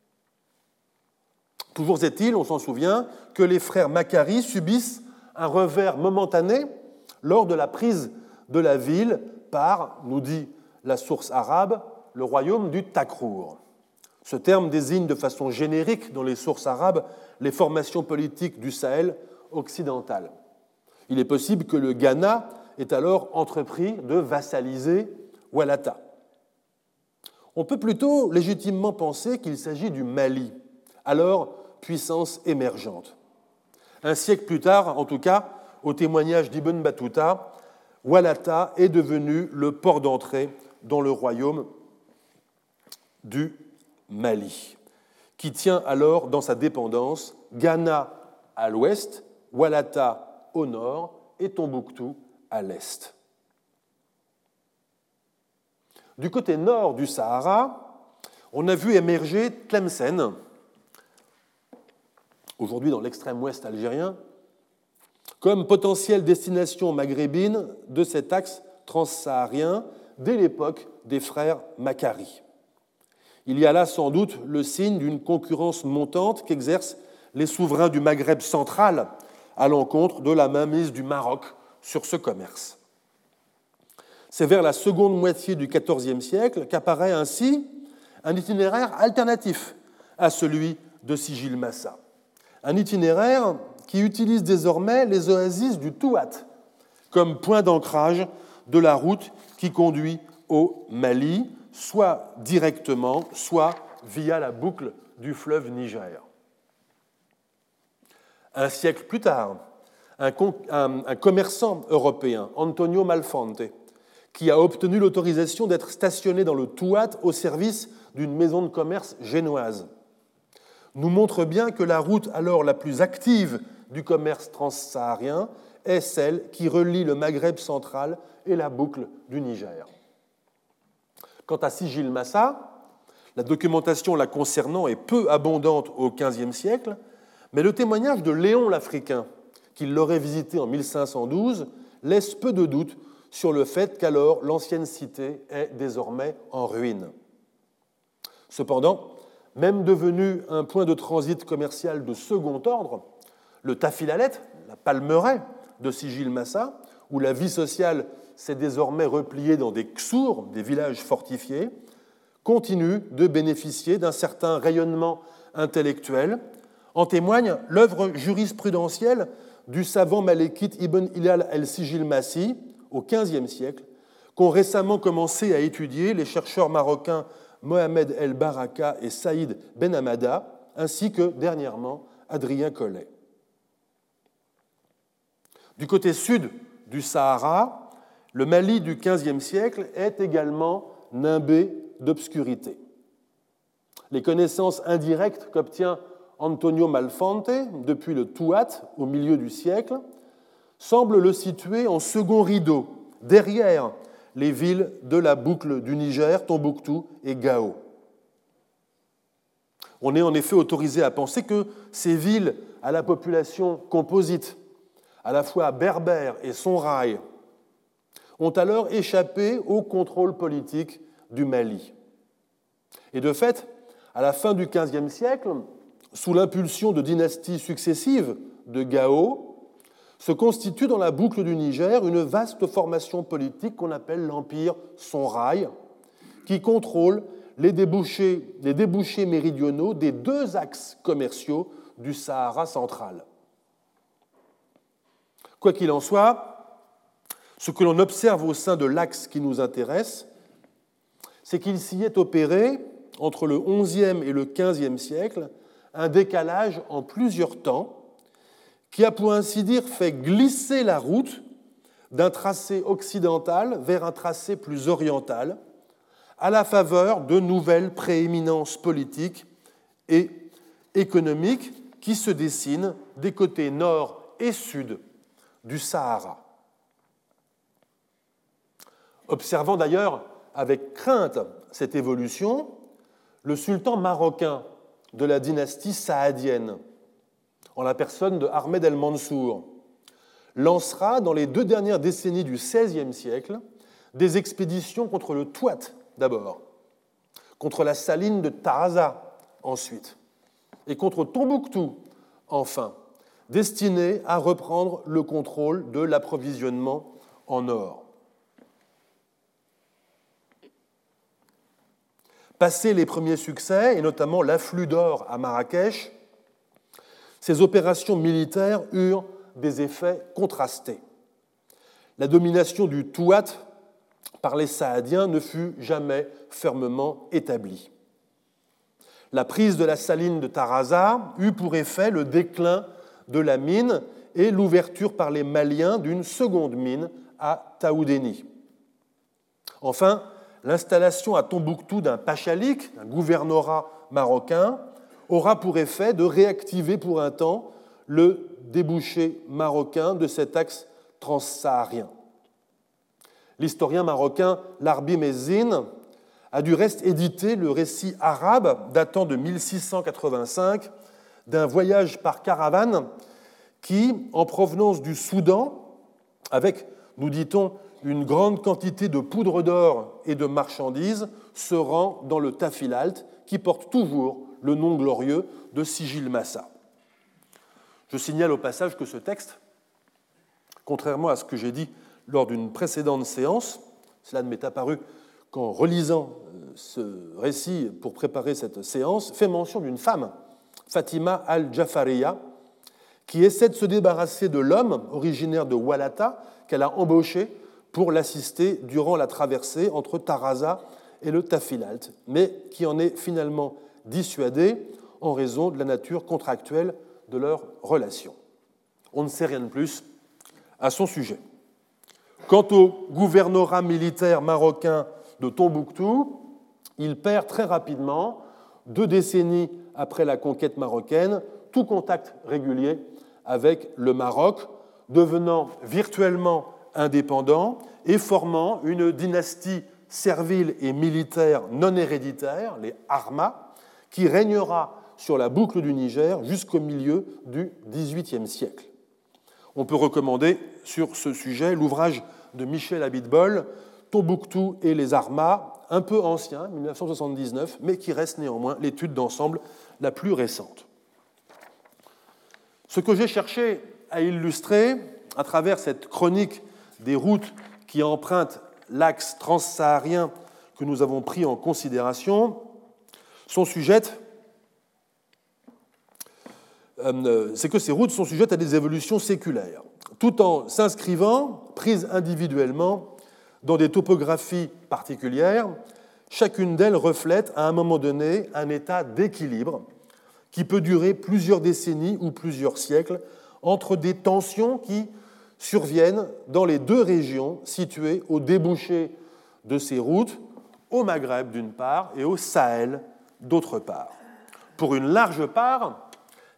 Toujours est-il, on s'en souvient, que les frères Macquarie subissent un revers momentané lors de la prise de la ville par, nous dit la source arabe, le royaume du Takrour. Ce terme désigne de façon générique dans les sources arabes les formations politiques du Sahel occidental. Il est possible que le Ghana ait alors entrepris de vassaliser Walata. On peut plutôt légitimement penser qu'il s'agit du Mali, alors puissance émergente. Un siècle plus tard, en tout cas, au témoignage d'Ibn Battuta, Walata est devenu le port d'entrée dans le royaume du Mali, qui tient alors dans sa dépendance Ghana à l'ouest, Walata au nord et Tombouctou à l'est. Du côté nord du Sahara, on a vu émerger Tlemcen, aujourd'hui dans l'extrême ouest algérien, comme potentielle destination maghrébine de cet axe transsaharien dès l'époque des frères Macquarie. Il y a là sans doute le signe d'une concurrence montante qu'exercent les souverains du Maghreb central à l'encontre de la mainmise du Maroc sur ce commerce. C'est vers la seconde moitié du XIVe siècle qu'apparaît ainsi un itinéraire alternatif à celui de Sijil Massa. Un itinéraire qui utilise désormais les oasis du Touat comme point d'ancrage de la route qui conduit au Mali, soit directement, soit via la boucle du fleuve Niger. Un siècle plus tard, un commerçant européen, Antonio Malfante, qui a obtenu l'autorisation d'être stationné dans le Touat au service d'une maison de commerce génoise, nous montre bien que la route alors la plus active du commerce transsaharien est celle qui relie le Maghreb central et la boucle du Niger. Quant à Sijil Massa, la documentation la concernant est peu abondante au XVe siècle, mais le témoignage de Léon l'Africain, qui l'aurait visité en 1512, laisse peu de doute sur le fait qu'alors l'ancienne cité est désormais en ruine. Cependant, même devenu un point de transit commercial de second ordre, le Tafilalet, la palmeraie de Sijil Massa, où la vie sociale s'est désormais repliée dans des ksours, des villages fortifiés, continue de bénéficier d'un certain rayonnement intellectuel. En témoigne l'œuvre jurisprudentielle du savant malékite Ibn Hilal el-Sijil Massi, au XVe siècle, qu'ont récemment commencé à étudier les chercheurs marocains Mohamed El Baraka et Saïd Ben Hamada, ainsi que, dernièrement, Adrien Collet. Du côté sud du Sahara, le Mali du XVe siècle est également nimbé d'obscurité. Les connaissances indirectes qu'obtient Antonio Malfante, depuis le Tuat au milieu du siècle, semble le situer en second rideau, derrière les villes de la boucle du Niger, Tombouctou et Gao. On est en effet autorisé à penser que ces villes à la population composite, à la fois berbère et sonrail, ont alors échappé au contrôle politique du Mali. Et de fait, à la fin du XVe siècle, sous l'impulsion de dynasties successives de Gao, se constitue dans la boucle du Niger une vaste formation politique qu'on appelle l'Empire sonrail, qui contrôle les débouchés méridionaux des deux axes commerciaux du Sahara central. Quoi qu'il en soit, ce que l'on observe au sein de l'axe qui nous intéresse, c'est qu'il s'y est opéré, entre le XIe et le XVe siècle, un décalage en plusieurs temps qui a pour ainsi dire fait glisser la route d'un tracé occidental vers un tracé plus oriental, à la faveur de nouvelles prééminences politiques et économiques qui se dessinent des côtés nord et sud du Sahara. Observant d'ailleurs avec crainte cette évolution, le sultan marocain de la dynastie saadienne, en la personne de Ahmed el-Mansour, lancera dans les 2 dernières décennies du XVIe siècle des expéditions contre le Tuat d'abord, contre la saline de Taraza ensuite, et contre Tombouctou enfin, destinées à reprendre le contrôle de l'approvisionnement en or. Passés les premiers succès, et notamment l'afflux d'or à Marrakech, ces opérations militaires eurent des effets contrastés. La domination du Tuat par les Saadiens ne fut jamais fermement établie. La prise de la saline de Taraza eut pour effet le déclin de la mine et l'ouverture par les Maliens d'une seconde mine à Taoudéni. Enfin, l'installation à Tombouctou d'un pachalik, un gouvernorat marocain, aura pour effet de réactiver pour un temps le débouché marocain de cet axe transsaharien. L'historien marocain Larbi Mezzine a du reste édité le récit arabe datant de 1685 d'un voyage par caravane qui, en provenance du Soudan, avec, nous dit-on, une grande quantité de poudre d'or et de marchandises, se rend dans le Tafilalt, qui porte toujours le nom glorieux de Sigil Massa. Je signale au passage que ce texte, contrairement à ce que j'ai dit lors d'une précédente séance, cela ne m'est apparu qu'en relisant ce récit pour préparer cette séance, fait mention d'une femme, Fatima al-Jafariya, qui essaie de se débarrasser de l'homme originaire de Walata qu'elle a embauché pour l'assister durant la traversée entre Taraza et le Tafilalt, mais qui en est finalement dissuadé en raison de la nature contractuelle de leur relation. On ne sait rien de plus à son sujet. Quant au gouvernorat militaire marocain de Tombouctou, il perd très rapidement, 2 décennies après la conquête marocaine, tout contact régulier avec le Maroc, devenant virtuellement indépendant et formant une dynastie servile et militaire non héréditaire, les Arma, qui régnera sur la boucle du Niger jusqu'au milieu du XVIIIe siècle. On peut recommander sur ce sujet l'ouvrage de Michel Abitbol, Tombouctou et les Armas, un peu ancien, 1979, mais qui reste néanmoins l'étude d'ensemble la plus récente. Ce que j'ai cherché à illustrer à travers cette chronique des routes qui empruntent l'axe transsaharien que nous avons pris en considération c'est que ces routes sont sujettes à des évolutions séculaires, tout en s'inscrivant, prises individuellement, dans des topographies particulières. Chacune d'elles reflète, à un moment donné, un état d'équilibre qui peut durer plusieurs décennies ou plusieurs siècles entre des tensions qui surviennent dans les 2 régions situées au débouché de ces routes, au Maghreb d'une part et au Sahel d'autre part. Pour une large part,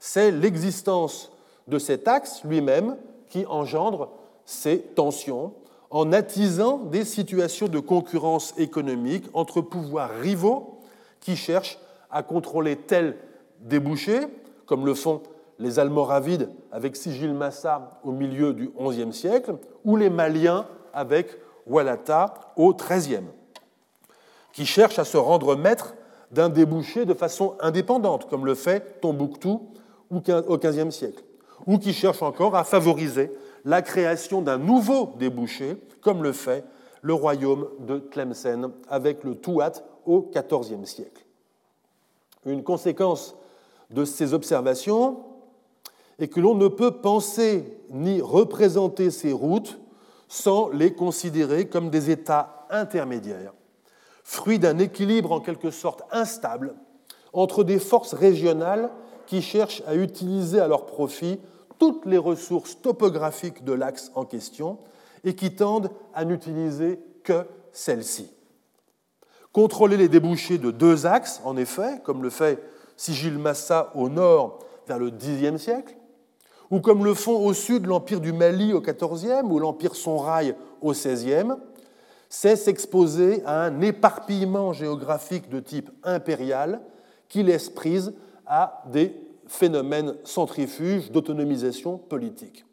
c'est l'existence de cet axe lui-même qui engendre ces tensions en attisant des situations de concurrence économique entre pouvoirs rivaux qui cherchent à contrôler tel débouché, comme le font les Almoravides avec Sigil Massa au milieu du XIe siècle, ou les Maliens avec Walata au XIIIe, qui cherchent à se rendre maîtres d'un débouché de façon indépendante, comme le fait Tombouctou au XVe siècle, ou qui cherchent encore à favoriser la création d'un nouveau débouché, comme le fait le royaume de Tlemcen avec le Tuat au XIVe siècle. Une conséquence de ces observations est que l'on ne peut penser ni représenter ces routes sans les considérer comme des états intermédiaires, fruits d'un équilibre en quelque sorte instable entre des forces régionales qui cherchent à utiliser à leur profit toutes les ressources topographiques de l'axe en question et qui tendent à n'utiliser que celles-ci. Contrôler les débouchés de deux axes, en effet, comme le fait Sigil Massa au nord vers le Xe siècle, ou comme le font au sud l'Empire du Mali au XIVe ou l'Empire Songhai au XVIe, c'est s'exposer à un éparpillement géographique de type impérial qui laisse prise à des phénomènes centrifuges d'autonomisation politique.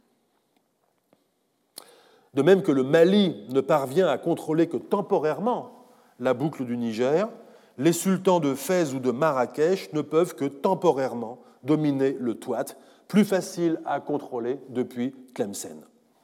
De même que le Mali ne parvient à contrôler que temporairement la boucle du Niger, les sultans de Fès ou de Marrakech ne peuvent que temporairement dominer le Tuat, plus facile à contrôler depuis Tlemcen.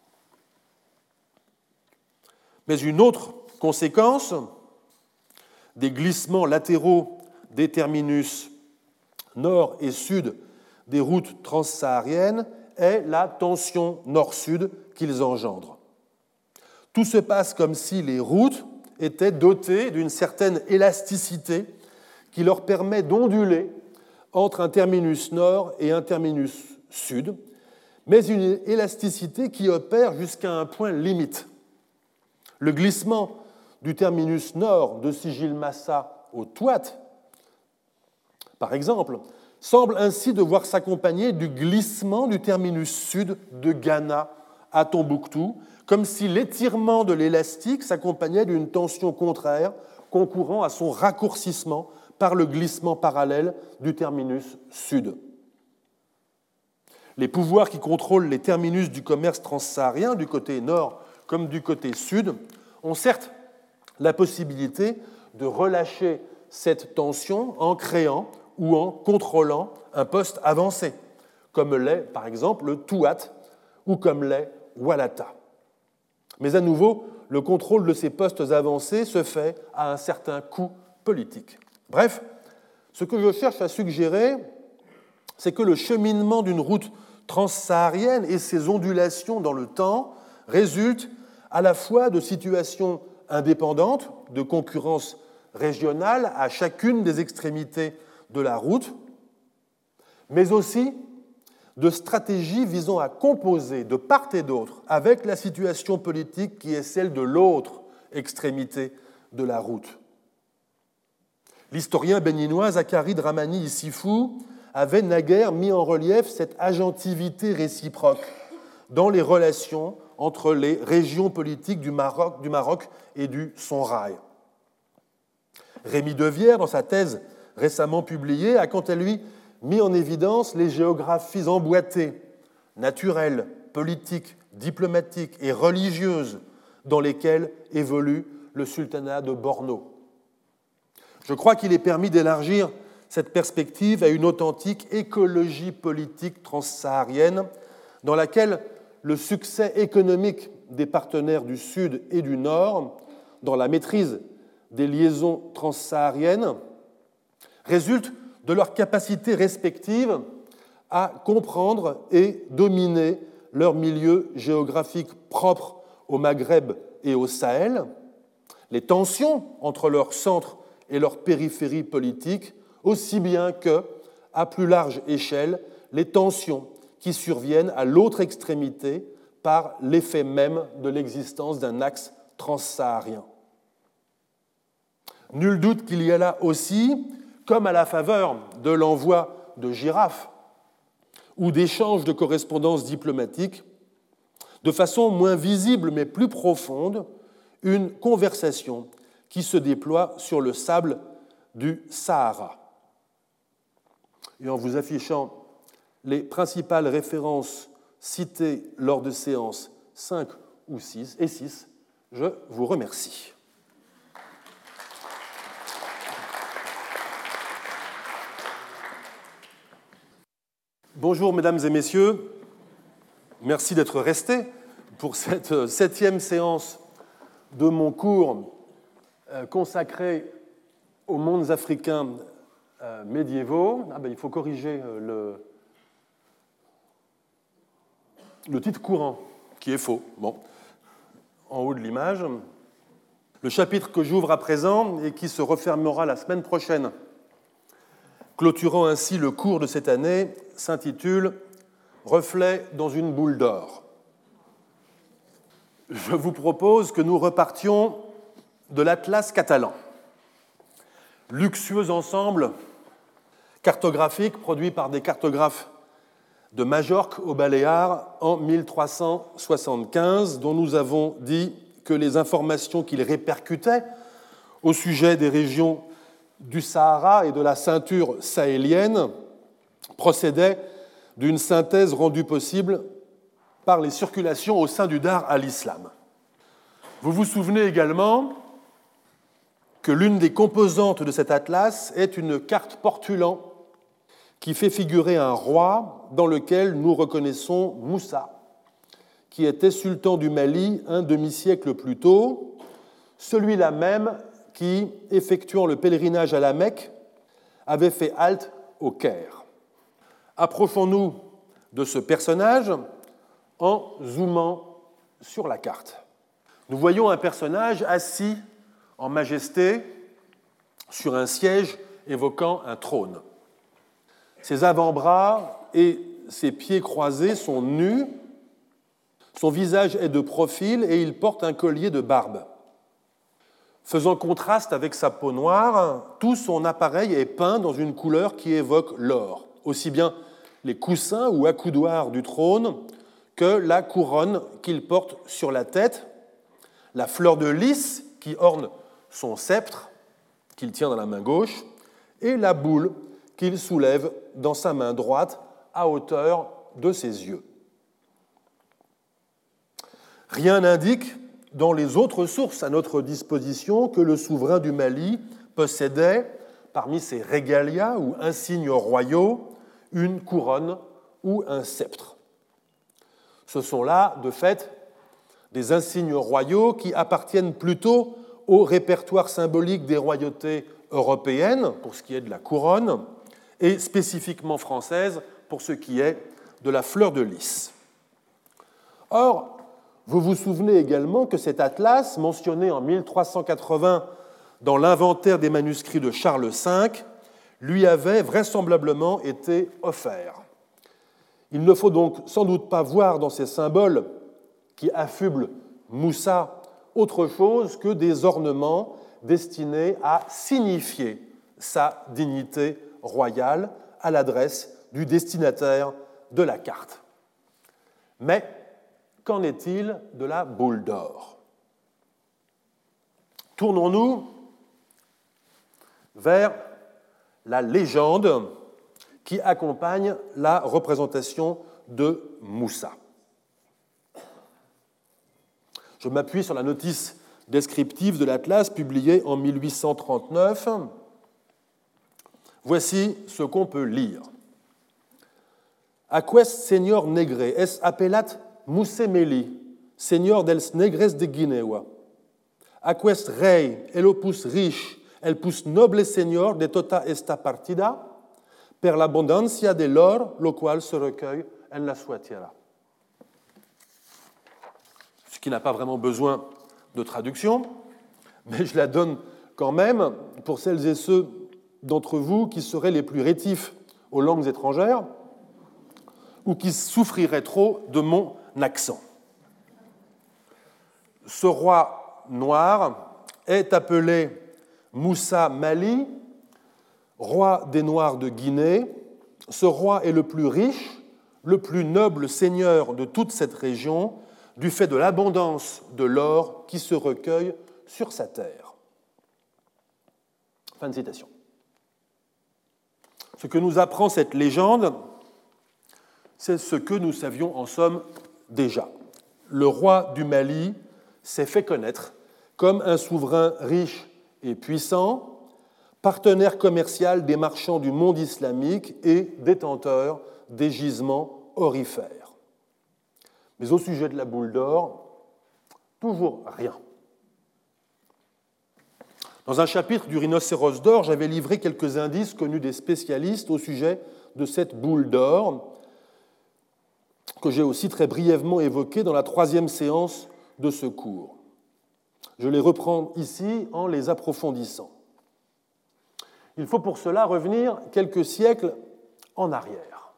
Mais une autre conséquence des glissements latéraux des terminus nord et sud des routes transsahariennes est la tension nord-sud qu'ils engendrent. Tout se passe comme si les routes étaient dotées d'une certaine élasticité qui leur permet d'onduler entre un terminus nord et un terminus sud, mais une élasticité qui opère jusqu'à un point limite. Le glissement du terminus nord de Sigil Massa au Tuat, par exemple, semble ainsi devoir s'accompagner du glissement du terminus sud de Ghana à Tombouctou, comme si l'étirement de l'élastique s'accompagnait d'une tension contraire concourant à son raccourcissement par le glissement parallèle du terminus sud. Les pouvoirs qui contrôlent les terminus du commerce transsaharien, du côté nord comme du côté sud, ont certes la possibilité de relâcher cette tension en créant ou en contrôlant un poste avancé, comme l'est par exemple le Tuat ou comme l'est Walata. Mais à nouveau, le contrôle de ces postes avancés se fait à un certain coût politique. Bref, ce que je cherche à suggérer, c'est que le cheminement d'une route transsaharienne et ses ondulations dans le temps résultent à la fois de situations indépendantes, de concurrence régionale à chacune des extrémités de la route, mais aussi de stratégies visant à composer de part et d'autre avec la situation politique qui est celle de l'autre extrémité de la route. L'historien béninois Zacharie Dramani Issifou avait naguère mis en relief cette agentivité réciproque dans les relations entre les régions politiques du Maroc et du Songhai. Rémi Devière, dans sa thèse récemment publiée, a quant à lui mis en évidence les géographies emboîtées, naturelles, politiques, diplomatiques et religieuses dans lesquelles évolue le sultanat de Borno. Je crois qu'il est permis d'élargir cette perspective à une authentique écologie politique transsaharienne dans laquelle le succès économique des partenaires du Sud et du Nord dans la maîtrise des liaisons transsahariennes résulte de leur capacité respective à comprendre et dominer leur milieu géographique propre au Maghreb et au Sahel, les tensions entre leur centre et leur périphérie politique, aussi bien que, à plus large échelle, les tensions qui surviennent à l'autre extrémité par l'effet même de l'existence d'un axe transsaharien. Nul doute qu'il y a là aussi, comme à la faveur de l'envoi de girafes ou d'échanges de correspondances diplomatiques, de façon moins visible mais plus profonde, une conversation qui se déploie sur le sable du Sahara. Et en vous affichant les principales références citées lors de séances 5 ou 6 et 6, je vous remercie. Bonjour mesdames et messieurs, merci d'être restés pour cette 7e séance de mon cours consacré aux mondes africains médiévaux. Il faut corriger le titre courant, qui est faux. Bon, en haut de l'image. Le chapitre que j'ouvre à présent et qui se refermera la semaine prochaine, clôturant ainsi le cours de cette année, s'intitule « Reflet dans une boule d'or ». Je vous propose que nous repartions de l'Atlas catalan, luxueux ensemble cartographique produit par des cartographes de Majorque aux Baléares en 1375, dont nous avons dit que les informations qu'il répercutait au sujet des régions du Sahara et de la ceinture sahélienne procédaient d'une synthèse rendue possible par les circulations au sein du Dar al-Islam. Vous vous souvenez également que l'une des composantes de cet atlas est une carte portulan qui fait figurer un roi dans lequel nous reconnaissons Moussa, qui était sultan du Mali un demi-siècle plus tôt, celui-là même qui, effectuant le pèlerinage à la Mecque, avait fait halte au Caire. Approchons-nous de ce personnage en zoomant sur la carte. Nous voyons un personnage assis en majesté sur un siège évoquant un trône. Ses avant-bras et ses pieds croisés sont nus, son visage est de profil et il porte un collier de barbe. Faisant contraste avec sa peau noire, tout son appareil est peint dans une couleur qui évoque l'or, aussi bien les coussins ou accoudoirs du trône que la couronne qu'il porte sur la tête, la fleur de lys qui orne son sceptre, qu'il tient dans la main gauche, et la boule qu'il soulève dans sa main droite à hauteur de ses yeux. Rien n'indique dans les autres sources à notre disposition que le souverain du Mali possédait, parmi ses régalias ou insignes royaux, une couronne ou un sceptre. Ce sont là, de fait, des insignes royaux qui appartiennent plutôt au répertoire symbolique des royautés européennes, pour ce qui est de la couronne, et spécifiquement française, pour ce qui est de la fleur de lys. Or, vous vous souvenez également que cet atlas, mentionné en 1380 dans l'inventaire des manuscrits de Charles V, lui avait vraisemblablement été offert. Il ne faut donc sans doute pas voir dans ces symboles qui affublent Moussa autre chose que des ornements destinés à signifier sa dignité royale à l'adresse du destinataire de la carte. Mais qu'en est-il de la boule d'or ? Tournons-nous vers la légende qui accompagne la représentation de Moussa. Je m'appuie sur la notice descriptive de l'Atlas publiée en 1839. Voici ce qu'on peut lire. Aquest señor negre es apellat Musemeli, señor dels negres de Guinea. Aquest rei, el opus riche, el plus noble señor de tota esta partida, per l'abondancia de l'or, lo cual se recueille en la sua tierra. Ce qui n'a pas vraiment besoin de traduction, mais je la donne quand même pour celles et ceux d'entre vous qui seraient les plus rétifs aux langues étrangères ou qui souffriraient trop de mon accent. Ce roi noir est appelé Moussa Mali, roi des Noirs de Guinée. Ce roi est le plus riche, le plus noble seigneur de toute cette région, du fait de l'abondance de l'or qui se recueille sur sa terre. » Fin de citation. Ce que nous apprend cette légende, c'est ce que nous savions en somme déjà. Le roi du Mali s'est fait connaître comme un souverain riche et puissant, partenaire commercial des marchands du monde islamique et détenteur des gisements aurifères. Mais au sujet de la boule d'or, toujours rien. Dans un chapitre du Rhinocéros d'or, j'avais livré quelques indices connus des spécialistes au sujet de cette boule d'or, que j'ai aussi très brièvement évoqué dans la 3e séance de ce cours. Je les reprends ici en les approfondissant. Il faut pour cela revenir quelques siècles en arrière.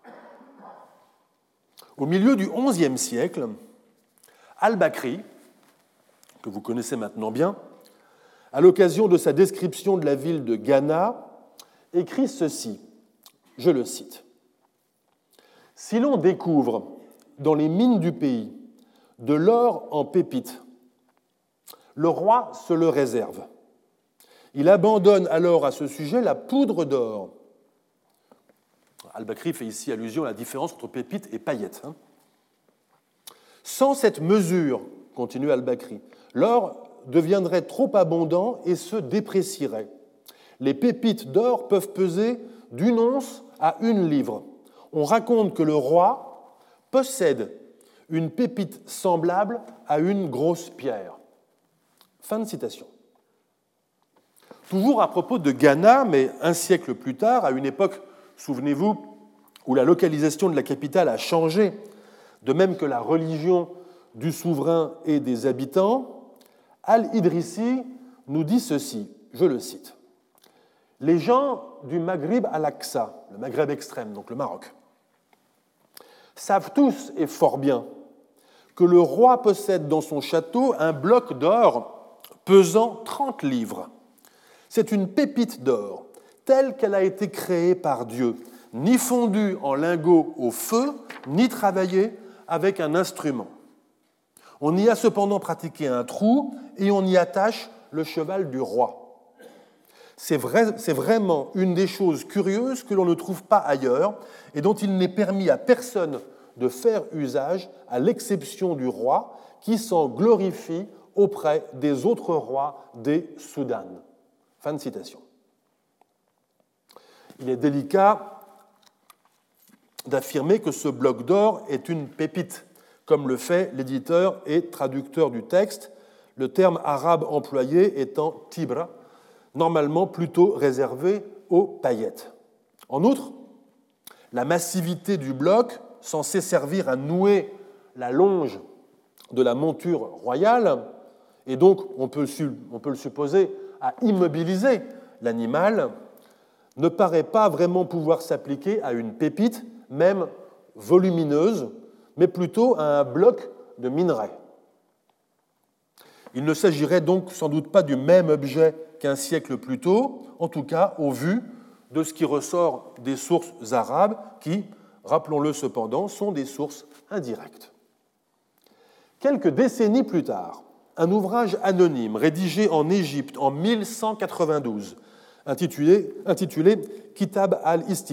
Au milieu du XIe siècle, Al-Bakri, que vous connaissez maintenant bien, à l'occasion de sa description de la ville de Ghana, écrit ceci, je le cite. « Si l'on découvre dans les mines du pays de l'or en pépites, le roi se le réserve. Il abandonne alors à ce sujet la poudre d'or. » Al-Bakri fait ici allusion à la différence entre pépites et paillettes. Sans cette mesure, continue Al-Bakri, l'or deviendrait trop abondant et se déprécierait. Les pépites d'or peuvent peser d'1 once à 1 livre. On raconte que le roi possède une pépite semblable à une grosse pierre. Fin de citation. Toujours à propos de Ghana, mais un siècle plus tard, à une époque, souvenez-vous, où la localisation de la capitale a changé, de même que la religion du souverain et des habitants, Al-Idrissi nous dit ceci, je le cite. « Les gens du Maghrib al-Aqsa, le Maghreb extrême, donc le Maroc, savent tous et fort bien que le roi possède dans son château un bloc d'or pesant 30 livres. C'est une pépite d'or, telle qu'elle a été créée par Dieu, ni fondue en lingots au feu, ni travaillée avec un instrument. On y a cependant pratiqué un trou et on y attache le cheval du roi. C'est vraiment une des choses curieuses que l'on ne trouve pas ailleurs et dont il n'est permis à personne de faire usage, à l'exception du roi, qui s'en glorifie auprès des autres rois des Soudans. » Fin de citation. Il est délicat d'affirmer que ce bloc d'or est une pépite, comme le fait l'éditeur et traducteur du texte, le terme arabe employé étant tibra, normalement plutôt réservé aux paillettes. En outre, la massivité du bloc, censé servir à nouer la longe de la monture royale, et donc, on peut le supposer, à immobiliser l'animal, ne paraît pas vraiment pouvoir s'appliquer à une pépite, même volumineuse, mais plutôt à un bloc de minerai. Il ne s'agirait donc sans doute pas du même objet qu'un siècle plus tôt, en tout cas au vu de ce qui ressort des sources arabes qui, rappelons-le cependant, sont des sources indirectes. Quelques décennies plus tard, un ouvrage anonyme rédigé en Égypte en 1192, intitulé « Kitab al-Istibsar »,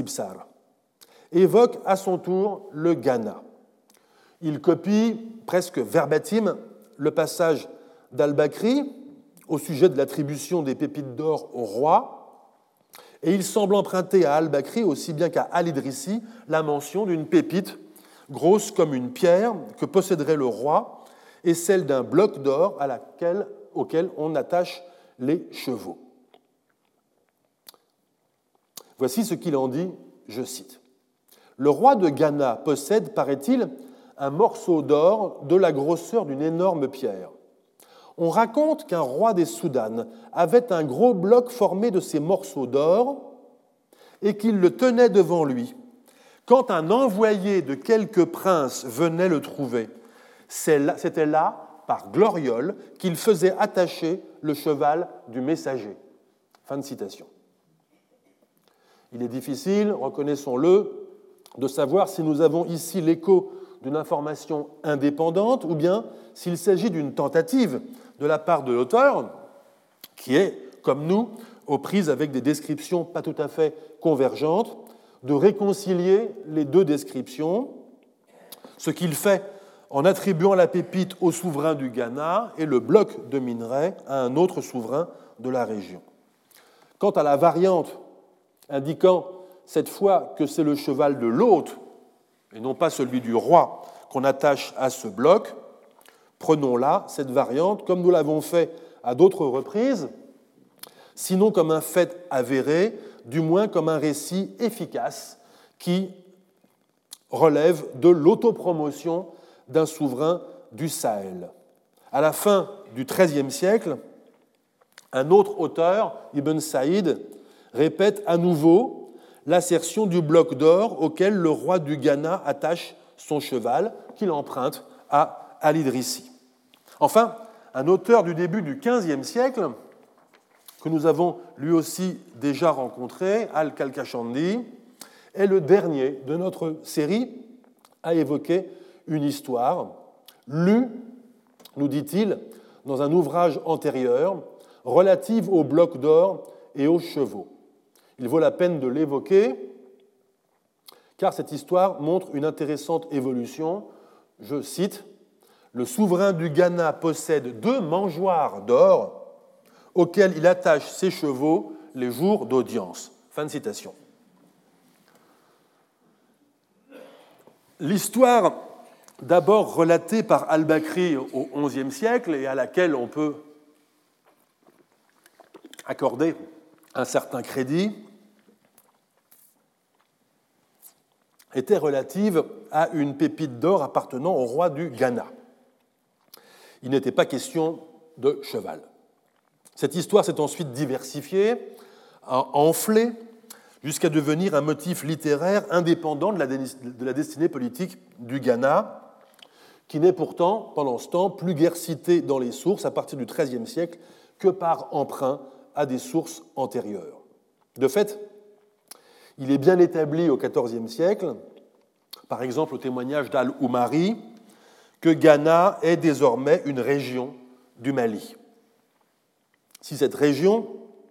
évoque à son tour le Ghana. Il copie presque verbatim le passage d'Al-Bakri au sujet de l'attribution des pépites d'or au roi, et il semble emprunter à Al-Bakri aussi bien qu'à Al-Idrissi la mention d'une pépite grosse comme une pierre que posséderait le roi et celle d'un bloc d'or auquel on attache les chevaux. Voici ce qu'il en dit, je cite. « Le roi de Ghana possède, paraît-il, un morceau d'or de la grosseur d'une énorme pierre. On raconte qu'un roi des Soudans avait un gros bloc formé de ces morceaux d'or et qu'il le tenait devant lui. Quand un envoyé de quelque prince venait le trouver, c'était là, par gloriole, qu'il faisait attacher le cheval du messager. » Fin de citation. Il est difficile, reconnaissons-le, de savoir si nous avons ici l'écho d'une information indépendante ou bien s'il s'agit d'une tentative de la part de l'auteur, qui est, comme nous, aux prises avec des descriptions pas tout à fait convergentes, de réconcilier les deux descriptions, ce qu'il fait en attribuant la pépite au souverain du Ghana et le bloc de minerai à un autre souverain de la région. Quant à la variante indiquant cette fois que c'est le cheval de l'hôte et non pas celui du roi qu'on attache à ce bloc, prenons là cette variante comme nous l'avons fait à d'autres reprises, sinon comme un fait avéré, du moins comme un récit efficace qui relève de l'autopromotion d'un souverain du Sahel. À la fin du XIIIe siècle, un autre auteur, Ibn Saïd, répète à nouveau l'assertion du bloc d'or auquel le roi du Ghana attache son cheval, qu'il emprunte à Al-Idrissi. Enfin, un auteur du début du XVe siècle, que nous avons lui aussi déjà rencontré, Al-Kalkashandi, est le dernier de notre série à évoquer une histoire lue, nous dit-il, dans un ouvrage antérieur, relative au bloc d'or et aux chevaux. Il vaut la peine de l'évoquer, car cette histoire montre une intéressante évolution. Je cite, « Le souverain du Ghana possède 2 mangeoires d'or auxquels il attache ses chevaux les jours d'audience. » Fin de citation. L'histoire, d'abord relatée par al-Bakri au XIe siècle et à laquelle on peut accorder un certain crédit, était relative à une pépite d'or appartenant au roi du Ghana. Il n'était pas question de cheval. Cette histoire s'est ensuite diversifiée, enflée, jusqu'à devenir un motif littéraire indépendant de la destinée politique du Ghana, qui n'est pourtant, pendant ce temps, plus guère cité dans les sources à partir du XIIIe siècle que par emprunt à des sources antérieures. De fait, il est bien établi au XIVe siècle, par exemple au témoignage d'Al-Oumari, que Ghana est désormais une région du Mali. Si cette région,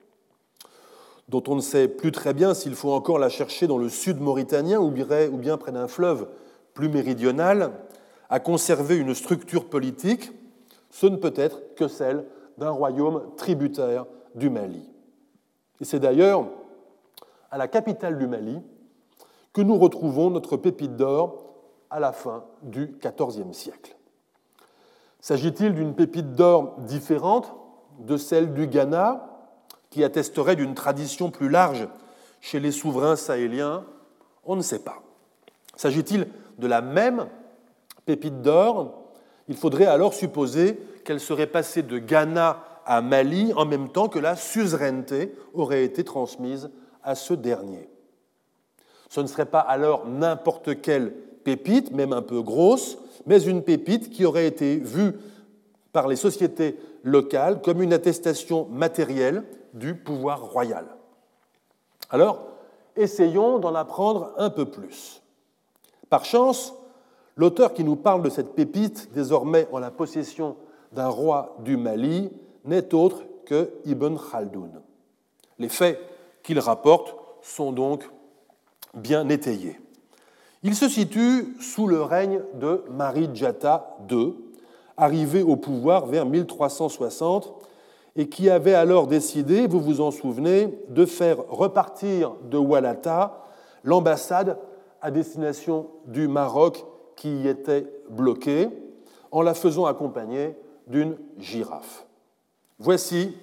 dont on ne sait plus très bien s'il faut encore la chercher dans le sud mauritanien ou bien près d'un fleuve plus méridional, a conservé une structure politique, ce ne peut être que celle d'un royaume tributaire du Mali. Et c'est d'ailleurs à la capitale du Mali que nous retrouvons notre pépite d'or à la fin du XIVe siècle. S'agit-il d'une pépite d'or différente de celle du Ghana, qui attesterait d'une tradition plus large chez les souverains sahéliens? On ne sait pas. S'agit-il de la même pépite d'or? Il faudrait alors supposer qu'elle serait passée de Ghana à Mali en même temps que la suzeraineté aurait été transmise à ce dernier. Ce ne serait pas alors n'importe quelle pépite, même un peu grosse, mais une pépite qui aurait été vue par les sociétés locales comme une attestation matérielle du pouvoir royal. Alors, essayons d'en apprendre un peu plus. Par chance, l'auteur qui nous parle de cette pépite, désormais en la possession d'un roi du Mali, n'est autre que Ibn Khaldoun. Les faits qu'il rapporte sont donc bien étayés. Il se situe sous le règne de Mari-Djata II, arrivé au pouvoir vers 1360, et qui avait alors décidé, vous vous en souvenez, de faire repartir de Walata l'ambassade à destination du Maroc qui y était bloquée, en la faisant accompagner d'une girafe. Voici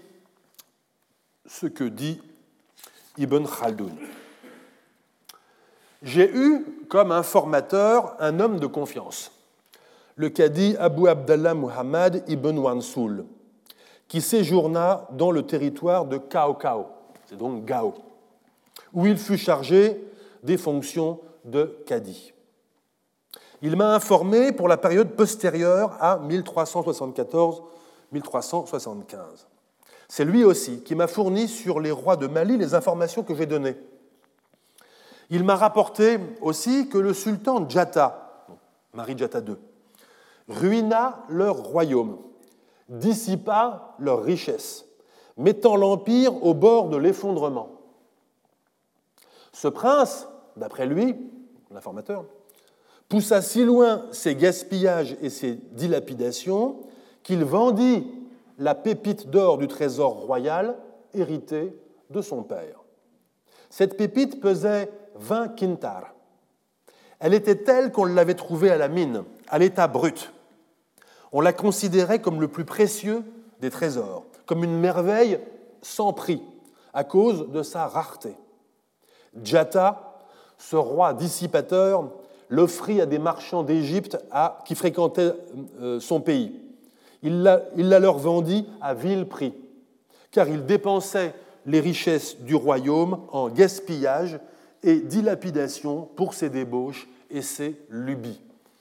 ce que dit Ibn Khaldoun. J'ai eu comme informateur un homme de confiance, le cadi Abu Abdallah Muhammad ibn Wansoul, qui séjourna dans le territoire de Cao, c'est donc Gao, où il fut chargé des fonctions de cadi. Il m'a informé pour la période postérieure à 1374-1375. C'est lui aussi qui m'a fourni sur les rois de Mali les informations que j'ai données. Il m'a rapporté aussi que le sultan Djata, Mari Djata II, ruina leur royaume, dissipa leurs richesses, mettant l'empire au bord de l'effondrement. Ce prince, d'après lui, l'informateur, poussa si loin ses gaspillages et ses dilapidations qu'il vendit la pépite d'or du trésor royal héritée de son père. Cette pépite pesait 20 quintars. Elle était telle qu'on l'avait trouvée à la mine, à l'état brut. On la considérait comme le plus précieux des trésors, comme une merveille sans prix, à cause de sa rareté. Djata, ce roi dissipateur, l'offrit à des marchands d'Égypte qui fréquentaient son pays. Il la leur vendit à vil prix, car il dépensait les richesses du royaume en gaspillage et dilapidation pour ses débauches et ses lubies.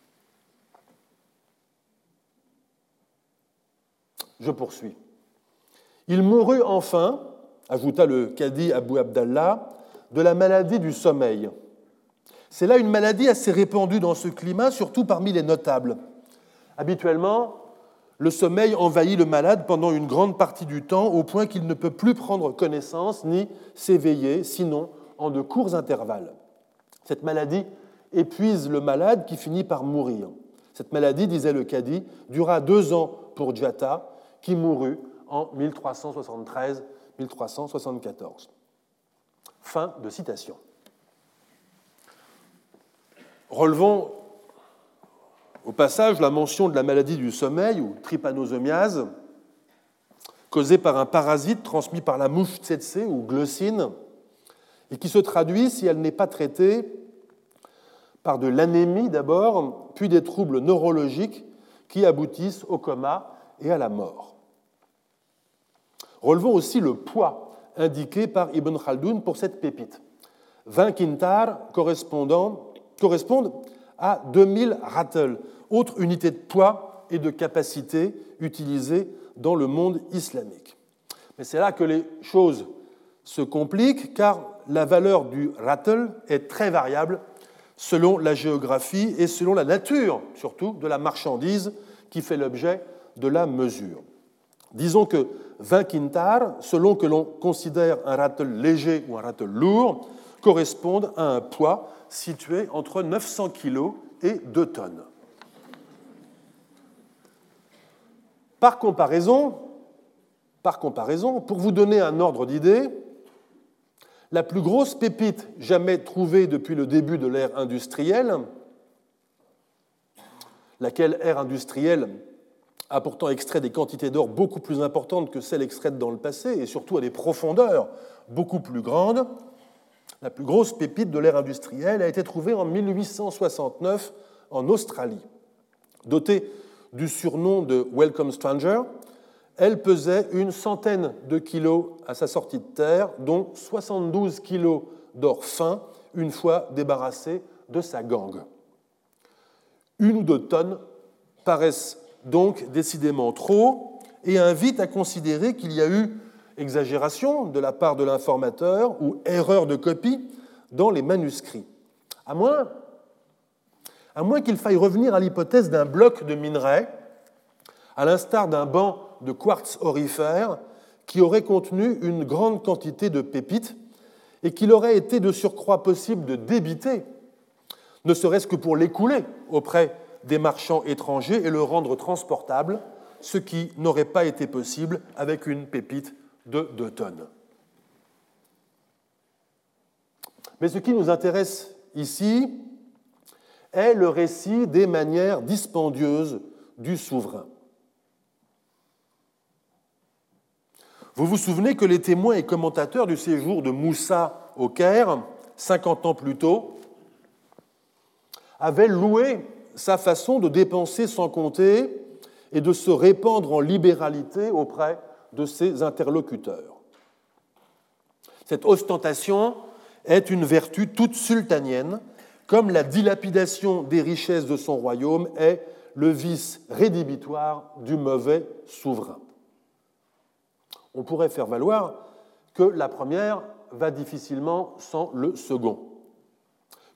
Je poursuis. Il mourut enfin, ajouta le cadi Abou Abdallah, de la maladie du sommeil. C'est là une maladie assez répandue dans ce climat, surtout parmi les notables. Habituellement, le sommeil envahit le malade pendant une grande partie du temps, au point qu'il ne peut plus prendre connaissance ni s'éveiller, sinon en de courts intervalles. Cette maladie épuise le malade qui finit par mourir. Cette maladie, disait le cadi, dura 2 ans pour Djata, qui mourut en 1373-1374. Fin de citation. Relevons au passage la mention de la maladie du sommeil, ou trypanosomiase, causée par un parasite transmis par la mouche tsetse ou glossine, et qui se traduit, si elle n'est pas traitée, par de l'anémie d'abord, puis des troubles neurologiques qui aboutissent au coma et à la mort. Relevons aussi le poids indiqué par Ibn Khaldoun pour cette pépite. 20 quintars correspondent à 2000 rattles, autre unité de poids et de capacité utilisée dans le monde islamique. Mais c'est là que les choses se compliquent, car la valeur du rattle est très variable selon la géographie et selon la nature, surtout, de la marchandise qui fait l'objet de la mesure. Disons que 20 quintars, selon que l'on considère un rattle léger ou un rattle lourd, correspondent à un poids situé entre 900 kg et 2 tonnes. Par comparaison, pour vous donner un ordre d'idée, la plus grosse pépite jamais trouvée depuis le début de l'ère industrielle, laquelle ère industrielle a pourtant extrait des quantités d'or beaucoup plus importantes que celles extraites dans le passé, et surtout à des profondeurs beaucoup plus grandes, la plus grosse pépite de l'ère industrielle a été trouvée en 1869 en Australie. Dotée du surnom de Welcome Stranger, elle pesait une centaine de kilos à sa sortie de terre, dont 72 kilos d'or fin, une fois débarrassée de sa gangue. 1 ou 2 tonnes paraissent donc décidément trop et invitent à considérer qu'il y a eu exagération de la part de l'informateur ou erreur de copie dans les manuscrits. À moins qu'il faille revenir à l'hypothèse d'un bloc de minerai, à l'instar d'un banc de quartz aurifère qui aurait contenu une grande quantité de pépites et qu'il aurait été de surcroît possible de débiter, ne serait-ce que pour l'écouler auprès des marchands étrangers et le rendre transportable, ce qui n'aurait pas été possible avec une pépite de 2 tonnes. Mais ce qui nous intéresse ici est le récit des manières dispendieuses du souverain. Vous vous souvenez que les témoins et commentateurs du séjour de Moussa au Caire, 50 ans plus tôt, avaient loué sa façon de dépenser sans compter et de se répandre en libéralité auprès de ses interlocuteurs. Cette ostentation est une vertu toute sultanienne, comme la dilapidation des richesses de son royaume est le vice rédhibitoire du mauvais souverain. On pourrait faire valoir que la première va difficilement sans le second.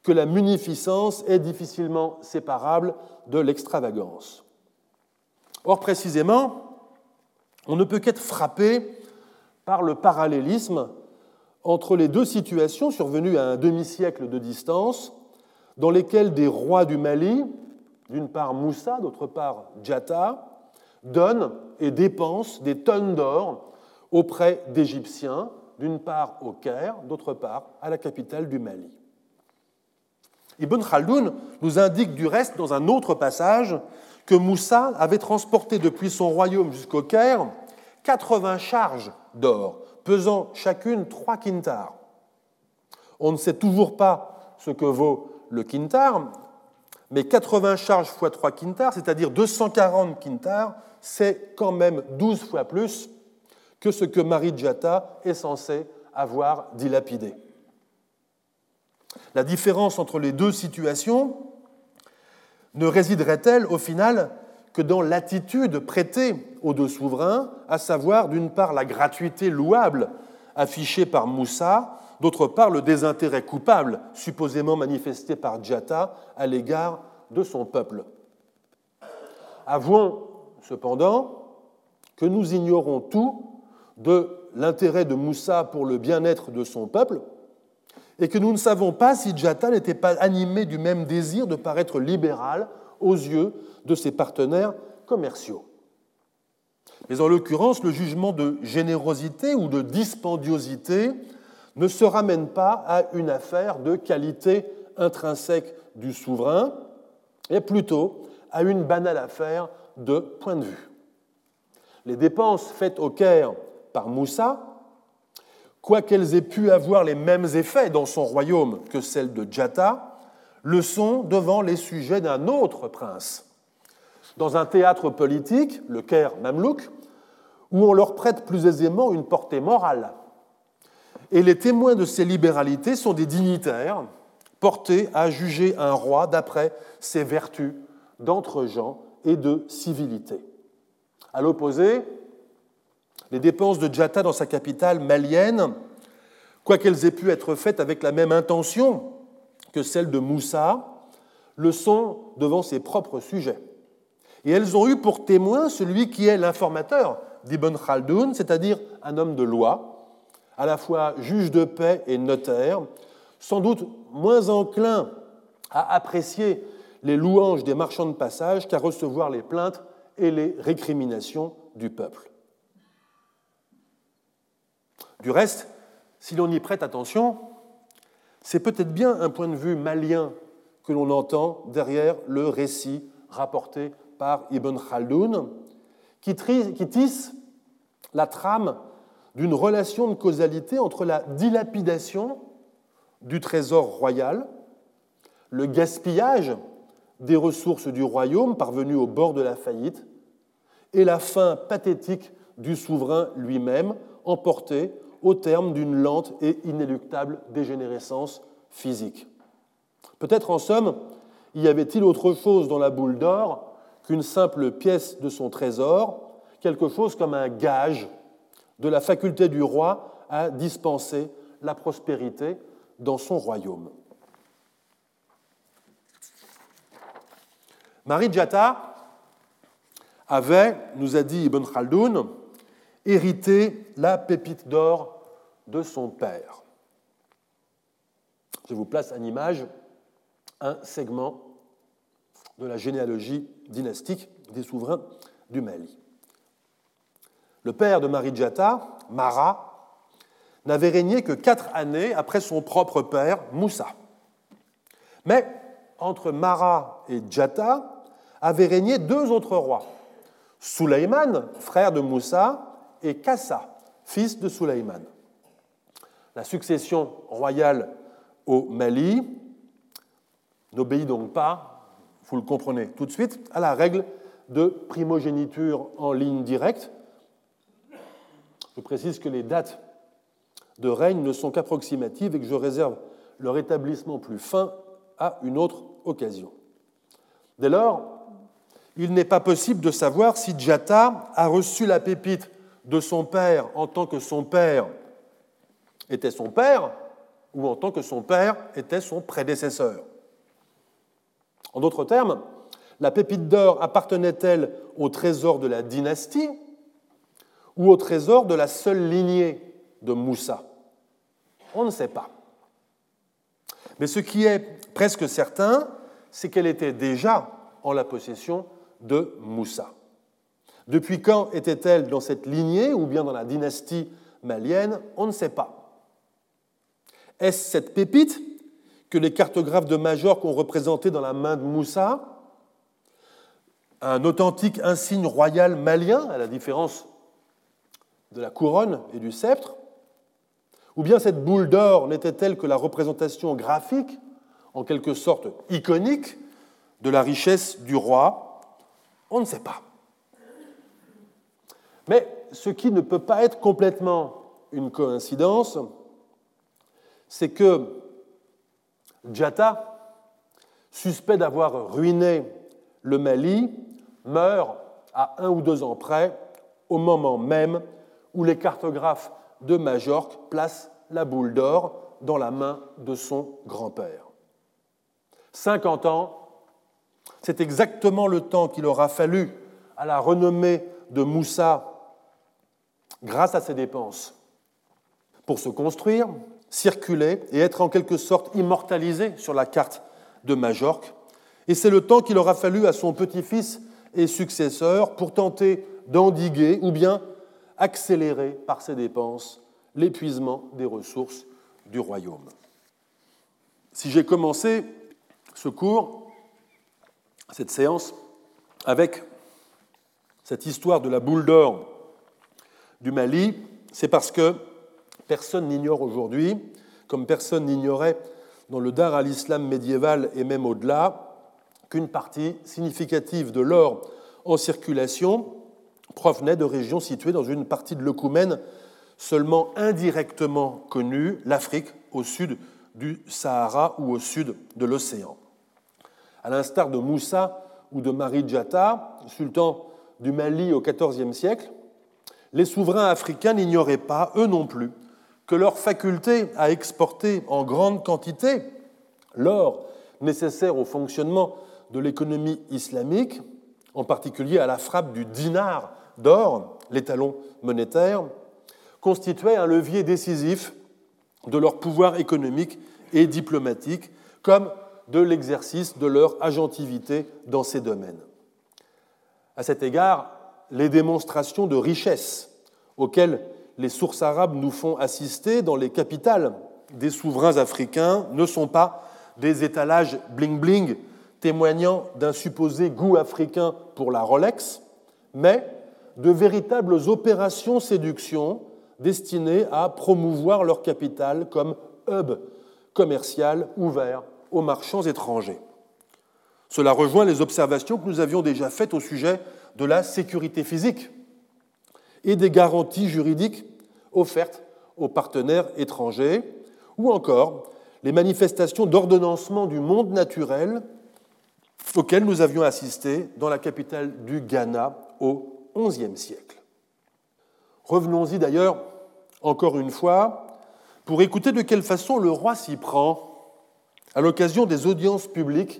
que la munificence est difficilement séparable de l'extravagance. Or, précisément, on ne peut qu'être frappé par le parallélisme entre les deux situations survenues à un demi-siècle de distance, dans lesquelles des rois du Mali, d'une part Moussa, d'autre part Djata, donnent et dépensent des tonnes d'or auprès d'Égyptiens, d'une part au Caire, d'autre part à la capitale du Mali. Ibn Khaldoun nous indique du reste dans un autre passage que Moussa avait transporté depuis son royaume jusqu'au Caire 80 charges d'or, pesant chacune 3 quintars. On ne sait toujours pas ce que vaut le quintar, mais 80 charges fois 3 quintars, c'est-à-dire 240 quintars, c'est quand même 12 fois plus que ce que Mari Djata est censé avoir dilapidé. La différence entre les deux situations ne résiderait-elle au final que dans l'attitude prêtée aux deux souverains, à savoir d'une part la gratuité louable affichée par Moussa, d'autre part le désintérêt coupable supposément manifesté par Djata à l'égard de son peuple. Avouons cependant que nous ignorons tout de l'intérêt de Moussa pour le bien-être de son peuple et que nous ne savons pas si Djata n'était pas animé du même désir de paraître libéral aux yeux de ses partenaires commerciaux. Mais en l'occurrence, le jugement de générosité ou de dispendiosité ne se ramène pas à une affaire de qualité intrinsèque du souverain, mais plutôt à une banale affaire de point de vue. Les dépenses faites au Caire par Moussa, quoiqu'elles aient pu avoir les mêmes effets dans son royaume que celles de Djata, le sont devant les sujets d'un autre prince. Dans un théâtre politique, le Caire mamelouk, où on leur prête plus aisément une portée morale. Et les témoins de ces libéralités sont des dignitaires portés à juger un roi d'après ses vertus d'entre-gens et de civilité. À l'opposé, les dépenses de Djata dans sa capitale malienne, quoiqu'elles aient pu être faites avec la même intention que celles de Moussa, le sont devant ses propres sujets. Et elles ont eu pour témoin celui qui est l'informateur d'Ibn Khaldoun, c'est-à-dire un homme de loi, à la fois juge de paix et notaire, sans doute moins enclin à apprécier les louanges des marchands de passage qu'à recevoir les plaintes et les récriminations du peuple. Du reste, si l'on y prête attention, c'est peut-être bien un point de vue malien que l'on entend derrière le récit rapporté par Ibn Khaldoun, qui tisse la trame d'une relation de causalité entre la dilapidation du trésor royal, le gaspillage des ressources du royaume parvenues au bord de la faillite, et la fin pathétique du souverain lui-même, emporté au terme d'une lente et inéluctable dégénérescence physique. Peut-être, en somme, y avait-il autre chose dans la boule d'or qu'une simple pièce de son trésor, quelque chose comme un gage de la faculté du roi à dispenser la prospérité dans son royaume. Mari Djata avait, nous a dit Ibn Khaldoun, hérité la pépite d'or de son père. Je vous place en image un segment de la généalogie dynastique des souverains du Mali. Le père de Mari Djata, Mara, n'avait régné que 4 années après son propre père, Moussa. Mais entre Mara et Djata avaient régné 2 autres rois, Souleyman, frère de Moussa, et Kassa, fils de Souleyman. La succession royale au Mali n'obéit donc pas, vous le comprenez tout de suite, à la règle de primogéniture en ligne directe. Je précise que les dates de règne ne sont qu'approximatives et que je réserve leur établissement plus fin à une autre occasion. Dès lors, il n'est pas possible de savoir si Djata a reçu la pépite de son père en tant que son père était son père, ou en tant que son père était son prédécesseur. En d'autres termes, la pépite d'or appartenait-elle au trésor de la dynastie ou au trésor de la seule lignée de Moussa? On ne sait pas. Mais ce qui est presque certain, c'est qu'elle était déjà en la possession de Moussa. Depuis quand était-elle dans cette lignée ou bien dans la dynastie malienne? On ne sait pas. Est-ce cette pépite que les cartographes de Majorque ont représentée dans la main de Moussa, un authentique insigne royal malien, à la différence de la couronne et du sceptre? Ou bien cette boule d'or n'était-elle que la représentation graphique, en quelque sorte iconique, de la richesse du roi? On ne sait pas. Mais ce qui ne peut pas être complètement une coïncidence, c'est que Djatta, suspect d'avoir ruiné le Mali, meurt à 1 ou 2 ans près, au moment même où les cartographes de Majorque placent la boule d'or dans la main de son grand-père. 50 ans, c'est exactement le temps qu'il aura fallu à la renommée de Moussa grâce à ses dépenses pour se construire, circuler et être en quelque sorte immortalisé sur la carte de Majorque. Et c'est le temps qu'il aura fallu à son petit-fils et successeur pour tenter d'endiguer ou bien accélérer par ses dépenses l'épuisement des ressources du royaume. Si j'ai commencé ce cours, cette séance, avec cette histoire de la boule d'or du Mali, c'est parce que personne n'ignore aujourd'hui, comme personne n'ignorait dans le Dar al-Islam médiéval et même au-delà, qu'une partie significative de l'or en circulation provenait de régions situées dans une partie de l'Okoumène seulement indirectement connue, l'Afrique, au sud du Sahara ou au sud de l'océan. À l'instar de Moussa ou de Mari Djatta, sultan du Mali au XIVe siècle, les souverains africains n'ignoraient pas, eux non plus, que leur faculté à exporter en grande quantité l'or nécessaire au fonctionnement de l'économie islamique, en particulier à la frappe du dinar d'or, l'étalon monétaire, constituait un levier décisif de leur pouvoir économique et diplomatique, comme de l'exercice de leur agentivité dans ces domaines. À cet égard, les démonstrations de richesse auxquelles les sources arabes nous font assister dans les capitales des souverains africains ne sont pas des étalages bling-bling témoignant d'un supposé goût africain pour la Rolex, mais de véritables opérations séduction destinées à promouvoir leur capitale comme hub commercial ouvert aux marchands étrangers. Cela rejoint les observations que nous avions déjà faites au sujet de la sécurité physique et des garanties juridiques offertes aux partenaires étrangers, ou encore les manifestations d'ordonnancement du monde naturel auxquelles nous avions assisté dans la capitale du Ghana au XIe siècle. Revenons-y d'ailleurs, encore une fois, pour écouter de quelle façon le roi s'y prend à l'occasion des audiences publiques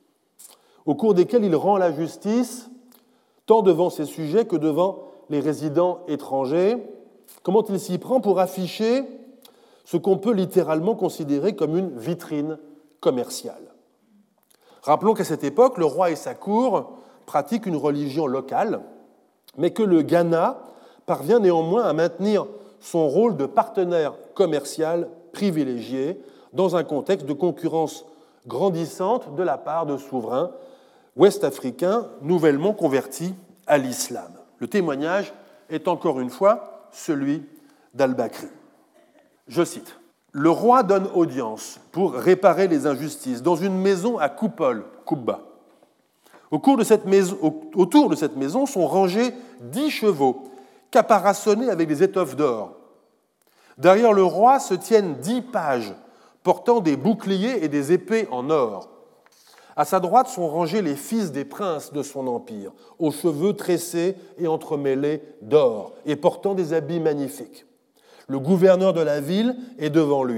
au cours desquelles il rend la justice tant devant ses sujets que devant les résidents étrangers, comment il s'y prend pour afficher ce qu'on peut littéralement considérer comme une vitrine commerciale. Rappelons qu'à cette époque, le roi et sa cour pratiquent une religion locale, mais que le Ghana parvient néanmoins à maintenir son rôle de partenaire commercial privilégié dans un contexte de concurrence grandissante de la part de souverains ouest-africains nouvellement convertis à l'islam. Le témoignage est encore une fois celui d'Al-Bakri. Je cite. « Le roi donne audience pour réparer les injustices dans une maison à coupole, Kubba. Autour de cette maison sont rangés 10 chevaux, caparaçonnés avec des étoffes d'or. Derrière le roi se tiennent 10 pages portant des boucliers et des épées en or. À sa droite sont rangés les fils des princes de son empire, aux cheveux tressés et entremêlés d'or, et portant des habits magnifiques. Le gouverneur de la ville est devant lui,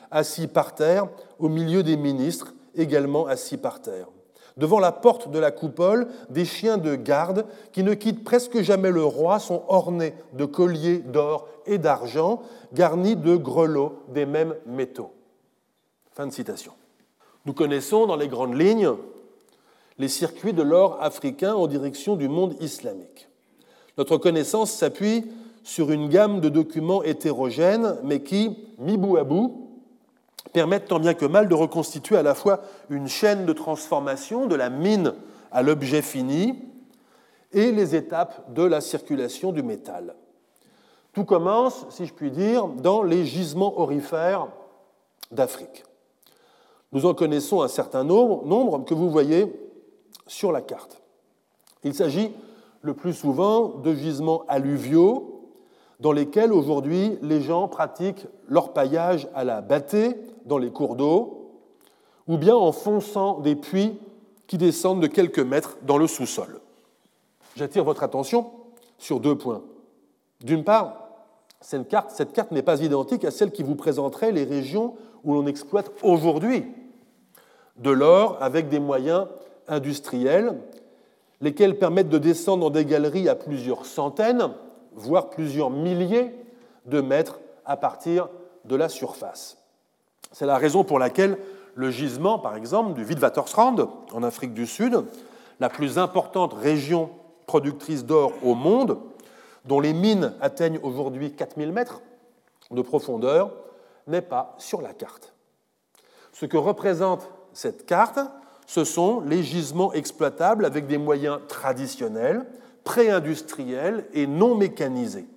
assis par terre, au milieu des ministres, également assis par terre. Devant la porte de la coupole, des chiens de garde qui ne quittent presque jamais le roi sont ornés de colliers d'or et d'argent, garnis de grelots des mêmes métaux. » Fin de citation. Nous connaissons dans les grandes lignes les circuits de l'or africain en direction du monde islamique. Notre connaissance s'appuie sur une gamme de documents hétérogènes, mais qui, mis bout à bout, permettent tant bien que mal de reconstituer à la fois une chaîne de transformation de la mine à l'objet fini et les étapes de la circulation du métal. Tout commence, si je puis dire, dans les gisements aurifères d'Afrique. Nous en connaissons un certain nombre que vous voyez sur la carte. Il s'agit le plus souvent de gisements alluviaux dans lesquels aujourd'hui les gens pratiquent l'orpaillage à la bâtée dans les cours d'eau ou bien en fonçant des puits qui descendent de quelques mètres dans le sous-sol. J'attire votre attention sur 2 points. D'une part, cette carte n'est pas identique à celle qui vous présenterait les régions où l'on exploite aujourd'hui de l'or avec des moyens industriels, lesquels permettent de descendre dans des galeries à plusieurs centaines, voire plusieurs milliers de mètres à partir de la surface. C'est la raison pour laquelle le gisement, par exemple, du Witwatersrand, en Afrique du Sud, la plus importante région productrice d'or au monde, dont les mines atteignent aujourd'hui 4000 mètres de profondeur, n'est pas sur la carte. Ce que représente cette carte, ce sont les gisements exploitables avec des moyens traditionnels, pré-industriels et non mécanisés.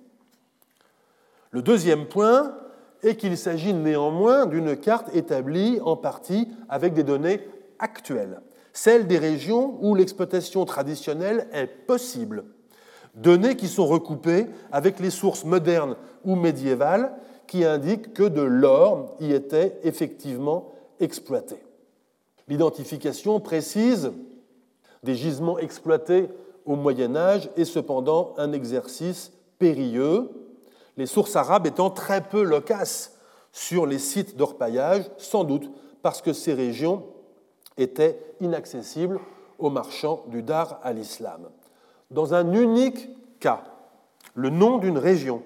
Le deuxième point est qu'il s'agit néanmoins d'une carte établie en partie avec des données actuelles, celles des régions où l'exploitation traditionnelle est possible, données qui sont recoupées avec les sources modernes ou médiévales qui indiquent que de l'or y était effectivement exploité. L'identification précise des gisements exploités au Moyen Âge est cependant un exercice périlleux, les sources arabes étant très peu loquaces sur les sites d'orpaillage, sans doute parce que ces régions étaient inaccessibles aux marchands du Dar al-Islam. Dans un unique cas, le nom d'une région,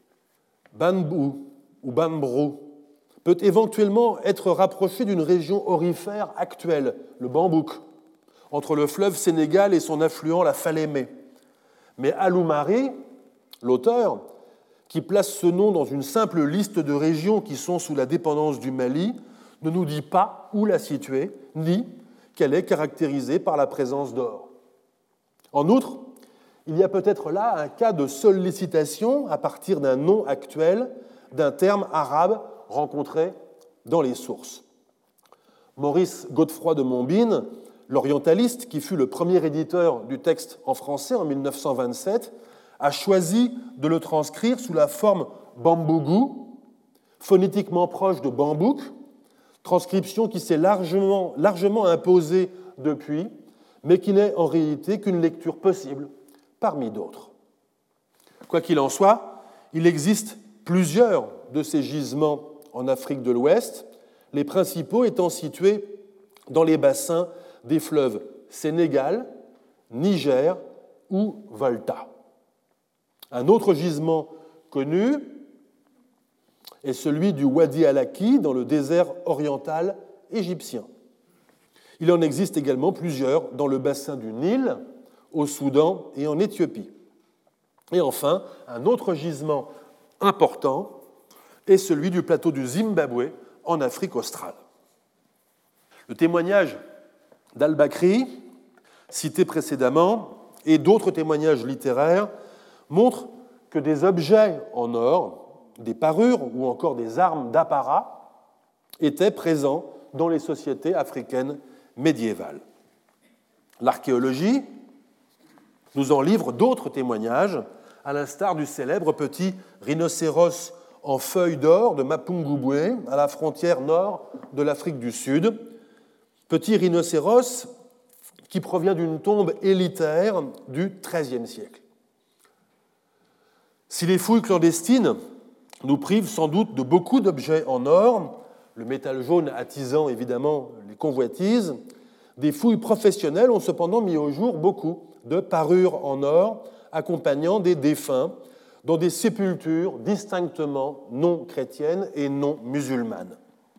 Banbou ou Banbrou, peut éventuellement être rapproché d'une région aurifère actuelle, le Bambouk, entre le fleuve Sénégal et son affluent la Falémé. Mais Aloumari, l'auteur, qui place ce nom dans une simple liste de régions qui sont sous la dépendance du Mali, ne nous dit pas où la situer, ni qu'elle est caractérisée par la présence d'or. En outre, il y a peut-être là un cas de sollicitation à partir d'un nom actuel, d'un terme arabe rencontré dans les sources. Maurice Godefroy de Montbine, l'orientaliste qui fut le premier éditeur du texte en français en 1927, a choisi de le transcrire sous la forme Bambougou, phonétiquement proche de Bambouk, transcription qui s'est largement imposée depuis, mais qui n'est en réalité qu'une lecture possible parmi d'autres. Quoi qu'il en soit, il existe plusieurs de ces gisements en Afrique de l'Ouest, les principaux étant situés dans les bassins des fleuves Sénégal, Niger ou Volta. Un autre gisement connu est celui du Wadi al-Aki dans le désert oriental égyptien. Il en existe également plusieurs dans le bassin du Nil, au Soudan et en Éthiopie. Et enfin, un autre gisement important est celui du plateau du Zimbabwe en Afrique australe. Le témoignage d'Al-Bakri, cité précédemment, et d'autres témoignages littéraires montrent que des objets en or, des parures ou encore des armes d'apparat étaient présents dans les sociétés africaines médiévales. L'archéologie nous en livre d'autres témoignages, à l'instar du célèbre petit rhinocéros en feuilles d'or de Mapungubwe, à la frontière nord de l'Afrique du Sud. Petit rhinocéros qui provient d'une tombe élitaire du XIIIe siècle. Si les fouilles clandestines nous privent sans doute de beaucoup d'objets en or, le métal jaune attisant évidemment les convoitises, des fouilles professionnelles ont cependant mis au jour beaucoup de parures en or accompagnant des défunts dans des sépultures distinctement non chrétiennes et non musulmanes.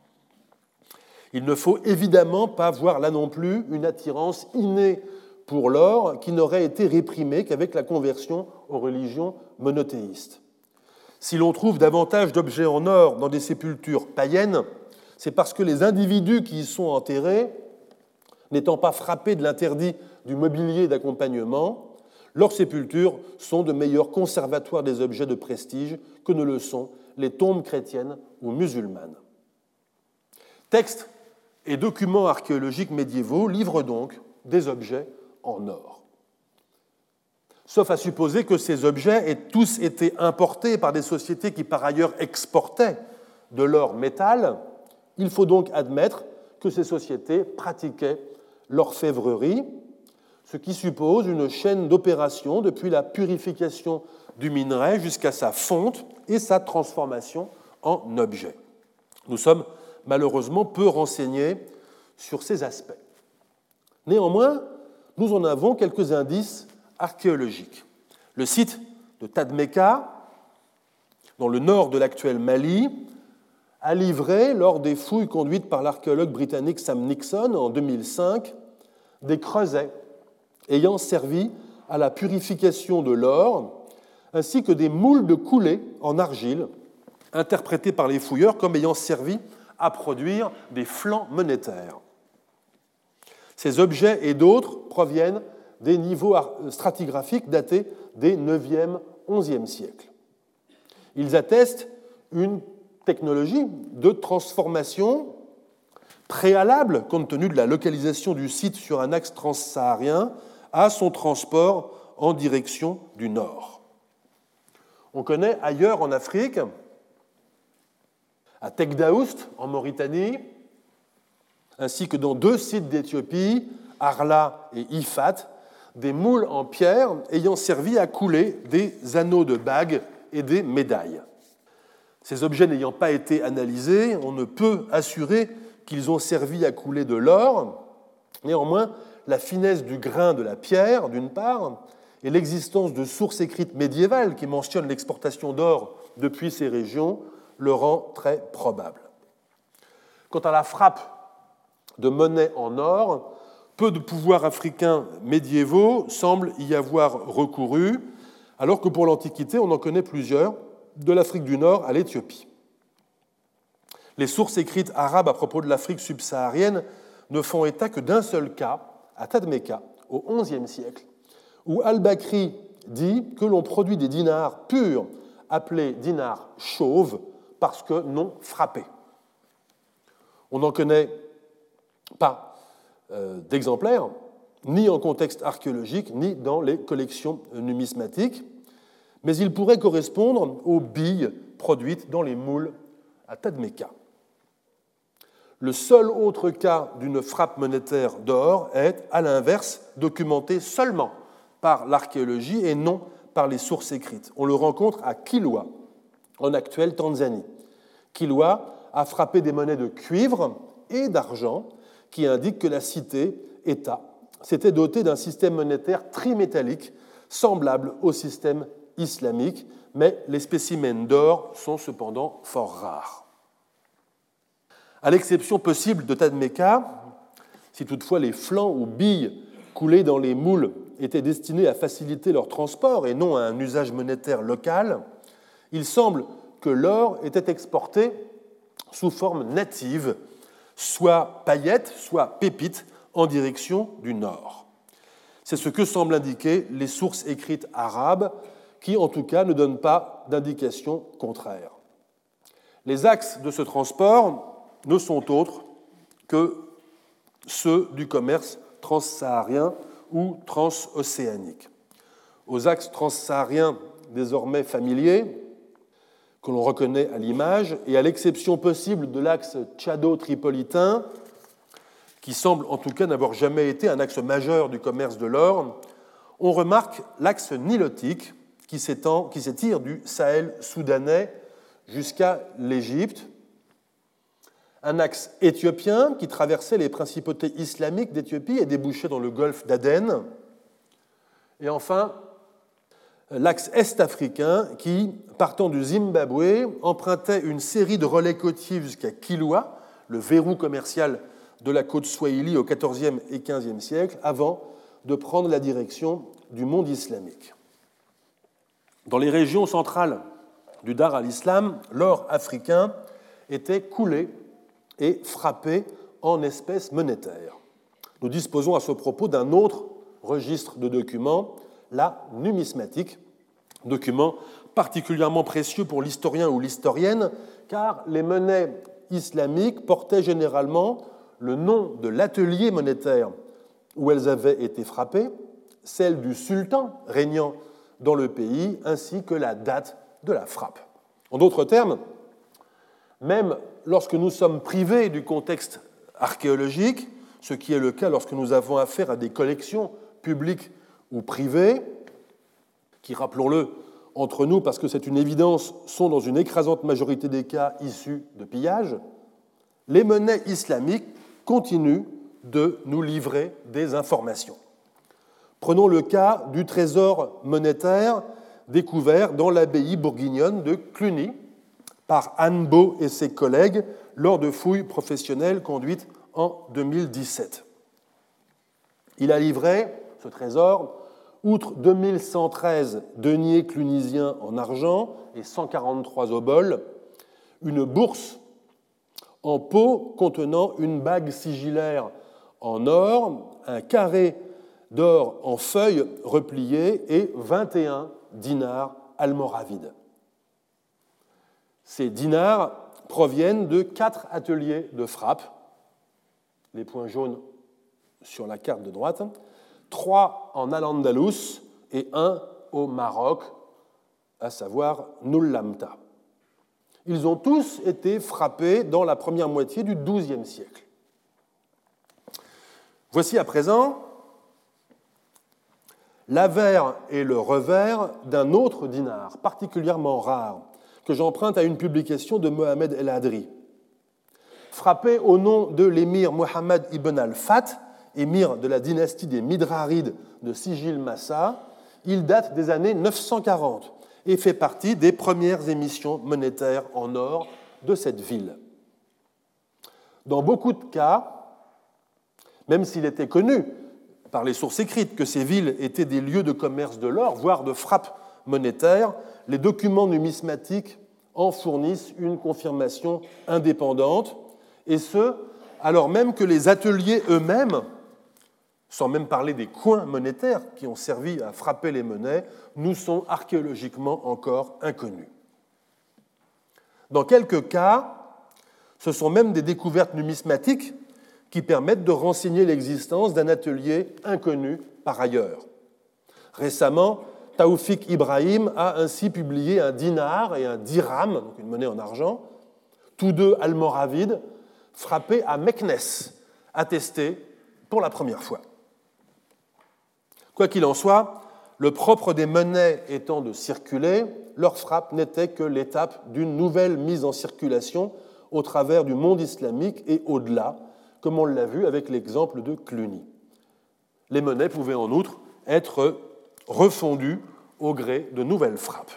Il ne faut évidemment pas voir là non plus une attirance innée pour l'or qui n'aurait été réprimée qu'avec la conversion aux religions monothéistes. Si l'on trouve davantage d'objets en or dans des sépultures païennes, c'est parce que les individus qui y sont enterrés, n'étant pas frappés de l'interdit du mobilier d'accompagnement, leurs sépultures sont de meilleurs conservatoires des objets de prestige que ne le sont les tombes chrétiennes ou musulmanes. Textes et documents archéologiques médiévaux livrent donc des objets en or. Sauf à supposer que ces objets aient tous été importés par des sociétés qui par ailleurs exportaient de l'or métal, il faut donc admettre que ces sociétés pratiquaient l'orfèvrerie, ce qui suppose une chaîne d'opérations depuis la purification du minerai jusqu'à sa fonte et sa transformation en objet. Nous sommes malheureusement peu renseignés sur ces aspects. Néanmoins, nous en avons quelques indices archéologiques. Le site de Tadmeka, dans le nord de l'actuel Mali, a livré, lors des fouilles conduites par l'archéologue britannique Sam Nixon en 2005, des creusets ayant servi à la purification de l'or, ainsi que des moules de coulées en argile, interprétés par les fouilleurs comme ayant servi à produire des flancs monétaires. Ces objets et d'autres proviennent des niveaux stratigraphiques datés des 9e, 11e siècles. Ils attestent une technologie de transformation préalable, compte tenu de la localisation du site sur un axe transsaharien, à son transport en direction du nord. On connaît ailleurs en Afrique, à Tekdaoust, en Mauritanie, ainsi que dans 2 sites d'Éthiopie, Arla et Ifat, des moules en pierre ayant servi à couler des anneaux de bagues et des médailles. Ces objets n'ayant pas été analysés, on ne peut assurer qu'ils ont servi à couler de l'or. Néanmoins, la finesse du grain de la pierre, d'une part, et l'existence de sources écrites médiévales qui mentionnent l'exportation d'or depuis ces régions le rend très probable. Quant à la frappe de monnaie en or, peu de pouvoirs africains médiévaux semblent y avoir recouru, alors que pour l'Antiquité, on en connaît plusieurs, de l'Afrique du Nord à l'Éthiopie. Les sources écrites arabes à propos de l'Afrique subsaharienne ne font état que d'un seul cas, à Tadmeka, au XIe siècle, où Al-Bakri dit que l'on produit des dinars purs, appelés dinars chauves, parce que non frappés. On n'en connaît pas d'exemplaires, ni en contexte archéologique, ni dans les collections numismatiques, mais ils pourraient correspondre aux billes produites dans les moules à Tadmeka. Le seul autre cas d'une frappe monétaire d'or est, à l'inverse, documenté seulement par l'archéologie et non par les sources écrites. On le rencontre à Kilwa, en actuelle Tanzanie. Kilwa a frappé des monnaies de cuivre et d'argent qui indiquent que la cité-État s'était dotée d'un système monétaire trimétallique semblable au système islamique, mais les spécimens d'or sont cependant fort rares. À l'exception possible de Tadmeka, si toutefois les flancs ou billes coulées dans les moules étaient destinés à faciliter leur transport et non à un usage monétaire local, il semble que l'or était exporté sous forme native, soit paillettes, soit pépites, en direction du nord. C'est ce que semblent indiquer les sources écrites arabes, qui en tout cas ne donnent pas d'indication contraire. Les axes de ce transport ne sont autres que ceux du commerce transsaharien ou transocéanique. Aux axes transsahariens désormais familiers, que l'on reconnaît à l'image, et à l'exception possible de l'axe tchado-tripolitain, qui semble en tout cas n'avoir jamais été un axe majeur du commerce de l'or, on remarque l'axe nilotique qui s'étire du Sahel soudanais jusqu'à l'Égypte, un axe éthiopien qui traversait les principautés islamiques d'Éthiopie et débouchait dans le golfe d'Aden. Et enfin, l'axe est-africain qui, partant du Zimbabwe, empruntait une série de relais côtiers jusqu'à Kilwa, le verrou commercial de la côte swahili au XIVe et XVe siècle, avant de prendre la direction du monde islamique. Dans les régions centrales du Dar al-Islam, l'or africain était coulé et frappé en espèces monétaires. Nous disposons à ce propos d'un autre registre de documents, la numismatique, document particulièrement précieux pour l'historien ou l'historienne, car les monnaies islamiques portaient généralement le nom de l'atelier monétaire où elles avaient été frappées, celle du sultan régnant dans le pays, ainsi que la date de la frappe. En d'autres termes, même lorsque nous sommes privés du contexte archéologique, ce qui est le cas lorsque nous avons affaire à des collections publiques ou privées, qui, rappelons-le, entre nous, parce que c'est une évidence, sont dans une écrasante majorité des cas issus de pillages, les monnaies islamiques continuent de nous livrer des informations. Prenons le cas du trésor monétaire découvert dans l'abbaye bourguignonne de Cluny par Anne Beau et ses collègues lors de fouilles professionnelles conduites en 2017. Il a livré, ce trésor, outre 2113 deniers clunisiens en argent et 143 oboles, une bourse en pot contenant une bague sigillaire en or, un carré d'or en feuilles repliées et 21 dinars almoravides. Ces dinars proviennent de 4 ateliers de frappe, les points jaunes sur la carte de droite, 3 en Al-Andalus et 1 au Maroc, à savoir Noulamta. Ils ont tous été frappés dans la première moitié du XIIe siècle. Voici à présent l'avers et le revers d'un autre dinar, particulièrement rare, que j'emprunte à une publication de Mohamed El Hadri. Frappé au nom de l'émir Mohammed ibn al-Fath, émir de la dynastie des Midrarides de Sigil Massa, il date des années 940 et fait partie des premières émissions monétaires en or de cette ville. Dans beaucoup de cas, même s'il était connu par les sources écrites que ces villes étaient des lieux de commerce de l'or, voire de frappe monétaire, les documents numismatiques en fournissent une confirmation indépendante, et ce, alors même que les ateliers eux-mêmes, sans même parler des coins monétaires qui ont servi à frapper les monnaies, nous sont archéologiquement encore inconnus. Dans quelques cas, ce sont même des découvertes numismatiques qui permettent de renseigner l'existence d'un atelier inconnu par ailleurs. Récemment, Taoufik Ibrahim a ainsi publié un dinar et un dirham, donc une monnaie en argent, tous deux almoravides, frappés à Meknès, attestés pour la première fois. Quoi qu'il en soit, le propre des monnaies étant de circuler, leur frappe n'était que l'étape d'une nouvelle mise en circulation au travers du monde islamique et au-delà, comme on l'a vu avec l'exemple de Cluny. Les monnaies pouvaient en outre être refondues au gré de nouvelles frappes.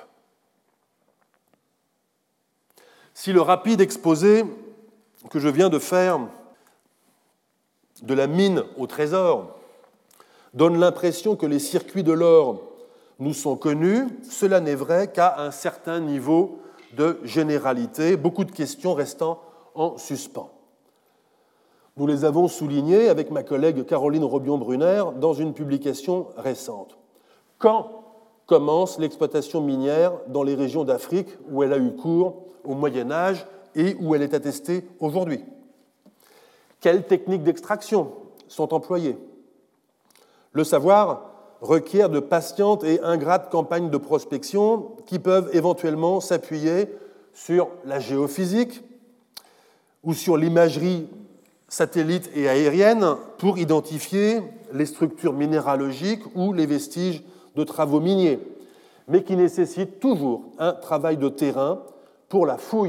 Si le rapide exposé que je viens de faire de la mine au trésor donne l'impression que les circuits de l'or nous sont connus, cela n'est vrai qu'à un certain niveau de généralité, beaucoup de questions restant en suspens. Nous les avons soulignées avec ma collègue Caroline Robion-Brunner dans une publication récente. Quand commence l'exploitation minière dans les régions d'Afrique où elle a eu cours au Moyen Âge et où elle est attestée aujourd'hui? Quelles techniques d'extraction sont employées? Le savoir requiert de patientes et ingrates campagnes de prospection qui peuvent éventuellement s'appuyer sur la géophysique ou sur l'imagerie satellite et aérienne pour identifier les structures minéralogiques ou les vestiges de travaux miniers, mais qui nécessitent toujours un travail de terrain pour la fouille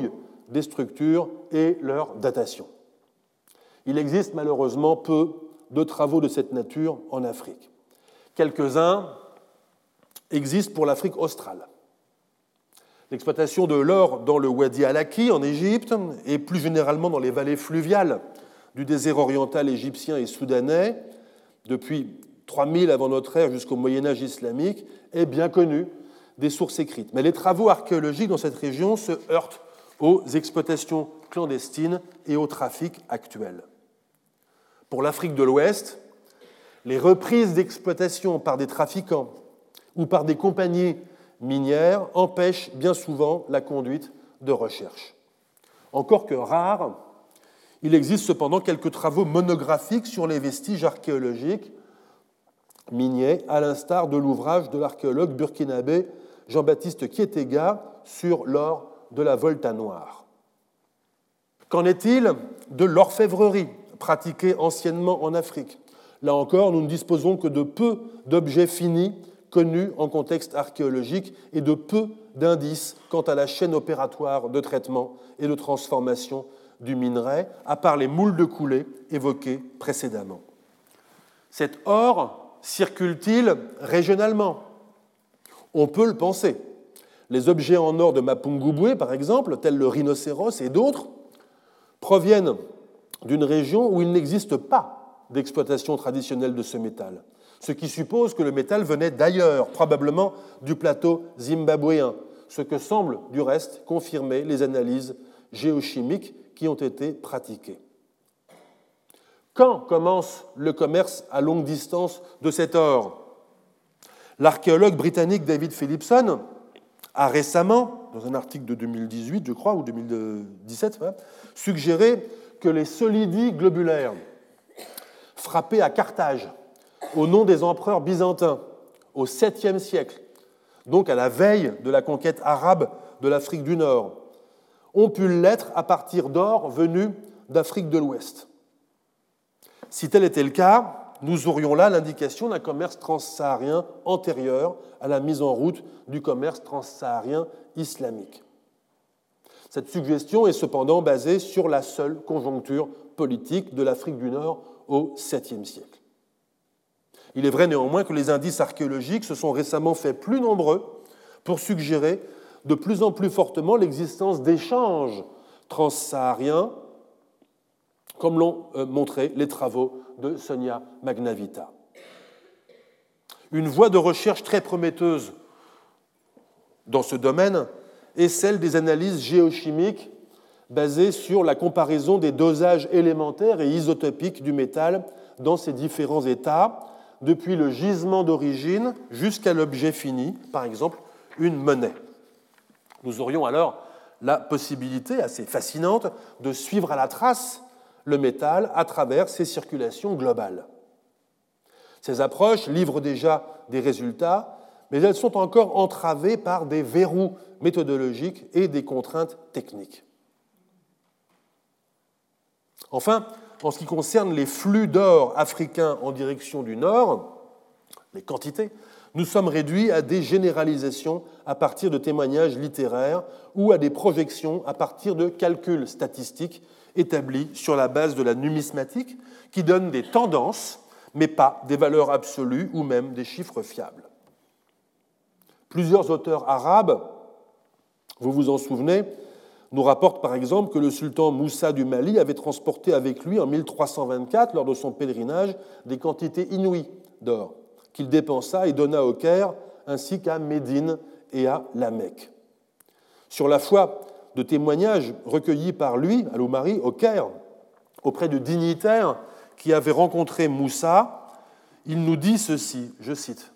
des structures et leur datation. Il existe malheureusement peu de travaux de cette nature en Afrique. Quelques-uns existent pour l'Afrique australe. L'exploitation de l'or dans le Wadi al-Aki en Égypte et plus généralement dans les vallées fluviales du désert oriental égyptien et soudanais depuis 3000 avant notre ère jusqu'au Moyen-Âge islamique est bien connue des sources écrites. Mais les travaux archéologiques dans cette région se heurtent aux exploitations clandestines et au trafic actuel. Pour l'Afrique de l'Ouest, les reprises d'exploitation par des trafiquants ou par des compagnies minières empêchent bien souvent la conduite de recherche. Encore que rares, il existe cependant quelques travaux monographiques sur les vestiges archéologiques miniers, à l'instar de l'ouvrage de l'archéologue burkinabé Jean-Baptiste Kietega sur l'or de la Volta Noire. Qu'en est-il de l'orfèvrerie pratiquée anciennement en Afrique ? Là encore, nous ne disposons que de peu d'objets finis connus en contexte archéologique et de peu d'indices quant à la chaîne opératoire de traitement et de transformation du minerai, à part les moules de coulée évoqués précédemment. Cet or circule-t-il régionalement ? On peut le penser. Les objets en or de Mapungubwe, par exemple, tels le rhinocéros et d'autres, proviennent d'une région où il n'existe pas d'exploitation traditionnelle de ce métal, ce qui suppose que le métal venait d'ailleurs, probablement du plateau zimbabwéen, ce que semblent du reste confirmer les analyses géochimiques qui ont été pratiquées. Quand commence le commerce à longue distance de cet or ? L'archéologue britannique David Philipson a récemment, dans un article de 2018, je crois, ou 2017, suggéré que les solidis globulaires frappés à Carthage au nom des empereurs byzantins au 7e siècle, donc à la veille de la conquête arabe de l'Afrique du Nord, ont pu l'être à partir d'or venu d'Afrique de l'Ouest. Si tel était le cas, nous aurions là l'indication d'un commerce transsaharien antérieur à la mise en route du commerce transsaharien islamique. Cette suggestion est cependant basée sur la seule conjoncture politique de l'Afrique du Nord au 7e siècle. Il est vrai néanmoins que les indices archéologiques se sont récemment faits plus nombreux pour suggérer de plus en plus fortement l'existence d'échanges transsahariens, comme l'ont montré les travaux de Sonia Magnavita. Une voie de recherche très prometteuse dans ce domaine est celle des analyses géochimiques basées sur la comparaison des dosages élémentaires et isotopiques du métal dans ses différents états, depuis le gisement d'origine jusqu'à l'objet fini, par exemple une monnaie. Nous aurions alors la possibilité assez fascinante de suivre à la trace le métal à travers ses circulations globales. Ces approches livrent déjà des résultats, mais elles sont encore entravées par des verrous méthodologiques et des contraintes techniques. Enfin, en ce qui concerne les flux d'or africains en direction du nord, les quantités, nous sommes réduits à des généralisations à partir de témoignages littéraires ou à des projections à partir de calculs statistiques établis sur la base de la numismatique qui donnent des tendances, mais pas des valeurs absolues ou même des chiffres fiables. Plusieurs auteurs arabes, vous vous en souvenez, nous rapportent par exemple que le sultan Moussa du Mali avait transporté avec lui en 1324, lors de son pèlerinage, des quantités inouïes d'or, qu'il dépensa et donna au Caire, ainsi qu'à Médine et à la Mecque. Sur la foi de témoignages recueillis par lui, Al-Oumari, au Caire, auprès de dignitaires qui avaient rencontré Moussa, il nous dit ceci, je cite.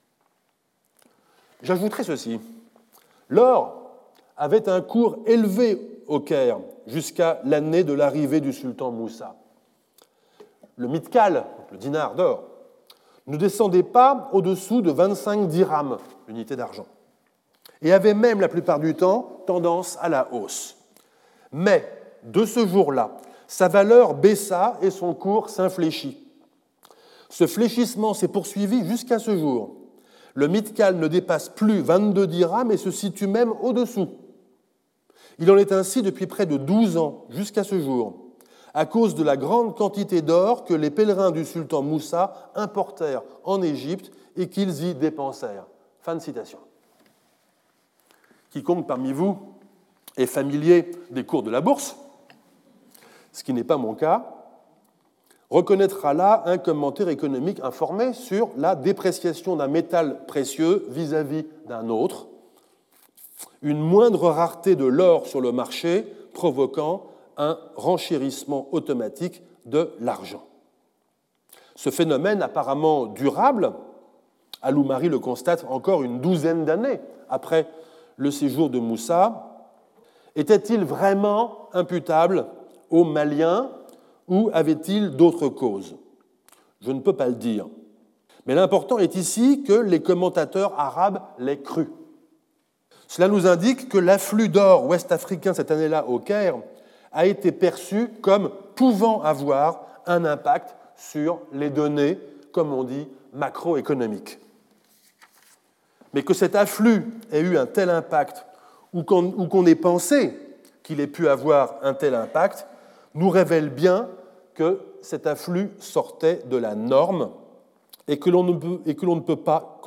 « J'ajouterai ceci. L'or avait un cours élevé au Caire jusqu'à l'année de l'arrivée du sultan Moussa. Le mitkal, le dinar d'or, ne descendait pas au-dessous de 25 dirhams, l'unité d'argent, et avait même la plupart du temps tendance à la hausse. Mais, de ce jour-là, sa valeur baissa et son cours s'infléchit. Ce fléchissement s'est poursuivi jusqu'à ce jour. Le mitkal ne dépasse plus 22 dirhams et se situe même au-dessous. Il en est ainsi depuis près de 12 ans, jusqu'à ce jour, à cause de la grande quantité d'or que les pèlerins du sultan Moussa importèrent en Égypte et qu'ils y dépensèrent. » Fin de citation. Quiconque parmi vous est familier des cours de la bourse, ce qui n'est pas mon cas, reconnaîtra là un commentaire économique informé sur la dépréciation d'un métal précieux vis-à-vis d'un autre, une moindre rareté de l'or sur le marché provoquant un renchérissement automatique de l'argent. Ce phénomène apparemment durable, Alou-Marie le constate encore une douzaine d'années après le séjour de Moussa, était-il vraiment imputable aux Maliens ou avait-il d'autres causes ? Je ne peux pas le dire. Mais l'important est ici que les commentateurs arabes l'aient cru. Cela nous indique que l'afflux d'or ouest-africain cette année-là au Caire a été perçu comme pouvant avoir un impact sur les données, comme on dit, macroéconomiques. Mais que cet afflux ait eu un tel impact, ou qu'on ait pensé qu'il ait pu avoir un tel impact, nous révèle bien que cet afflux sortait de la norme et que l'on ne peut pas,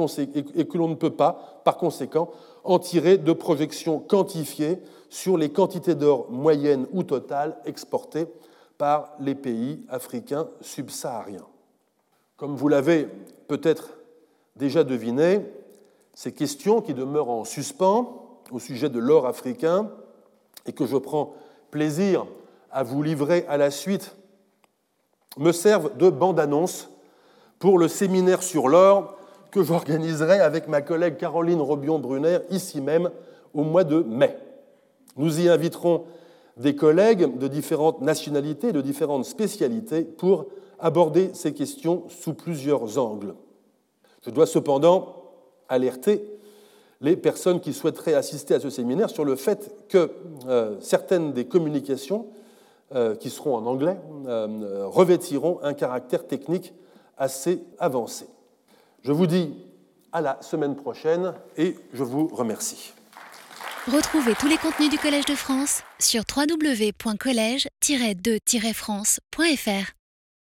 par conséquent, en tirer de projections quantifiées sur les quantités d'or moyennes ou totales exportées par les pays africains subsahariens. Comme vous l'avez peut-être déjà deviné, ces questions qui demeurent en suspens au sujet de l'or africain et que je prends plaisir à vous livrer à la suite me servent de bande-annonce pour le séminaire sur l'or que j'organiserai avec ma collègue Caroline Robion-Brunner ici même au mois de mai. Nous y inviterons des collègues de différentes nationalités, de différentes spécialités pour aborder ces questions sous plusieurs angles. Je dois cependant alerter les personnes qui souhaiteraient assister à ce séminaire sur le fait que certaines des communications qui seront en anglais revêtiront un caractère technique assez avancé. Je vous dis à la semaine prochaine et je vous remercie. Retrouvez tous les contenus du Collège de France sur www.collège-2-france.fr.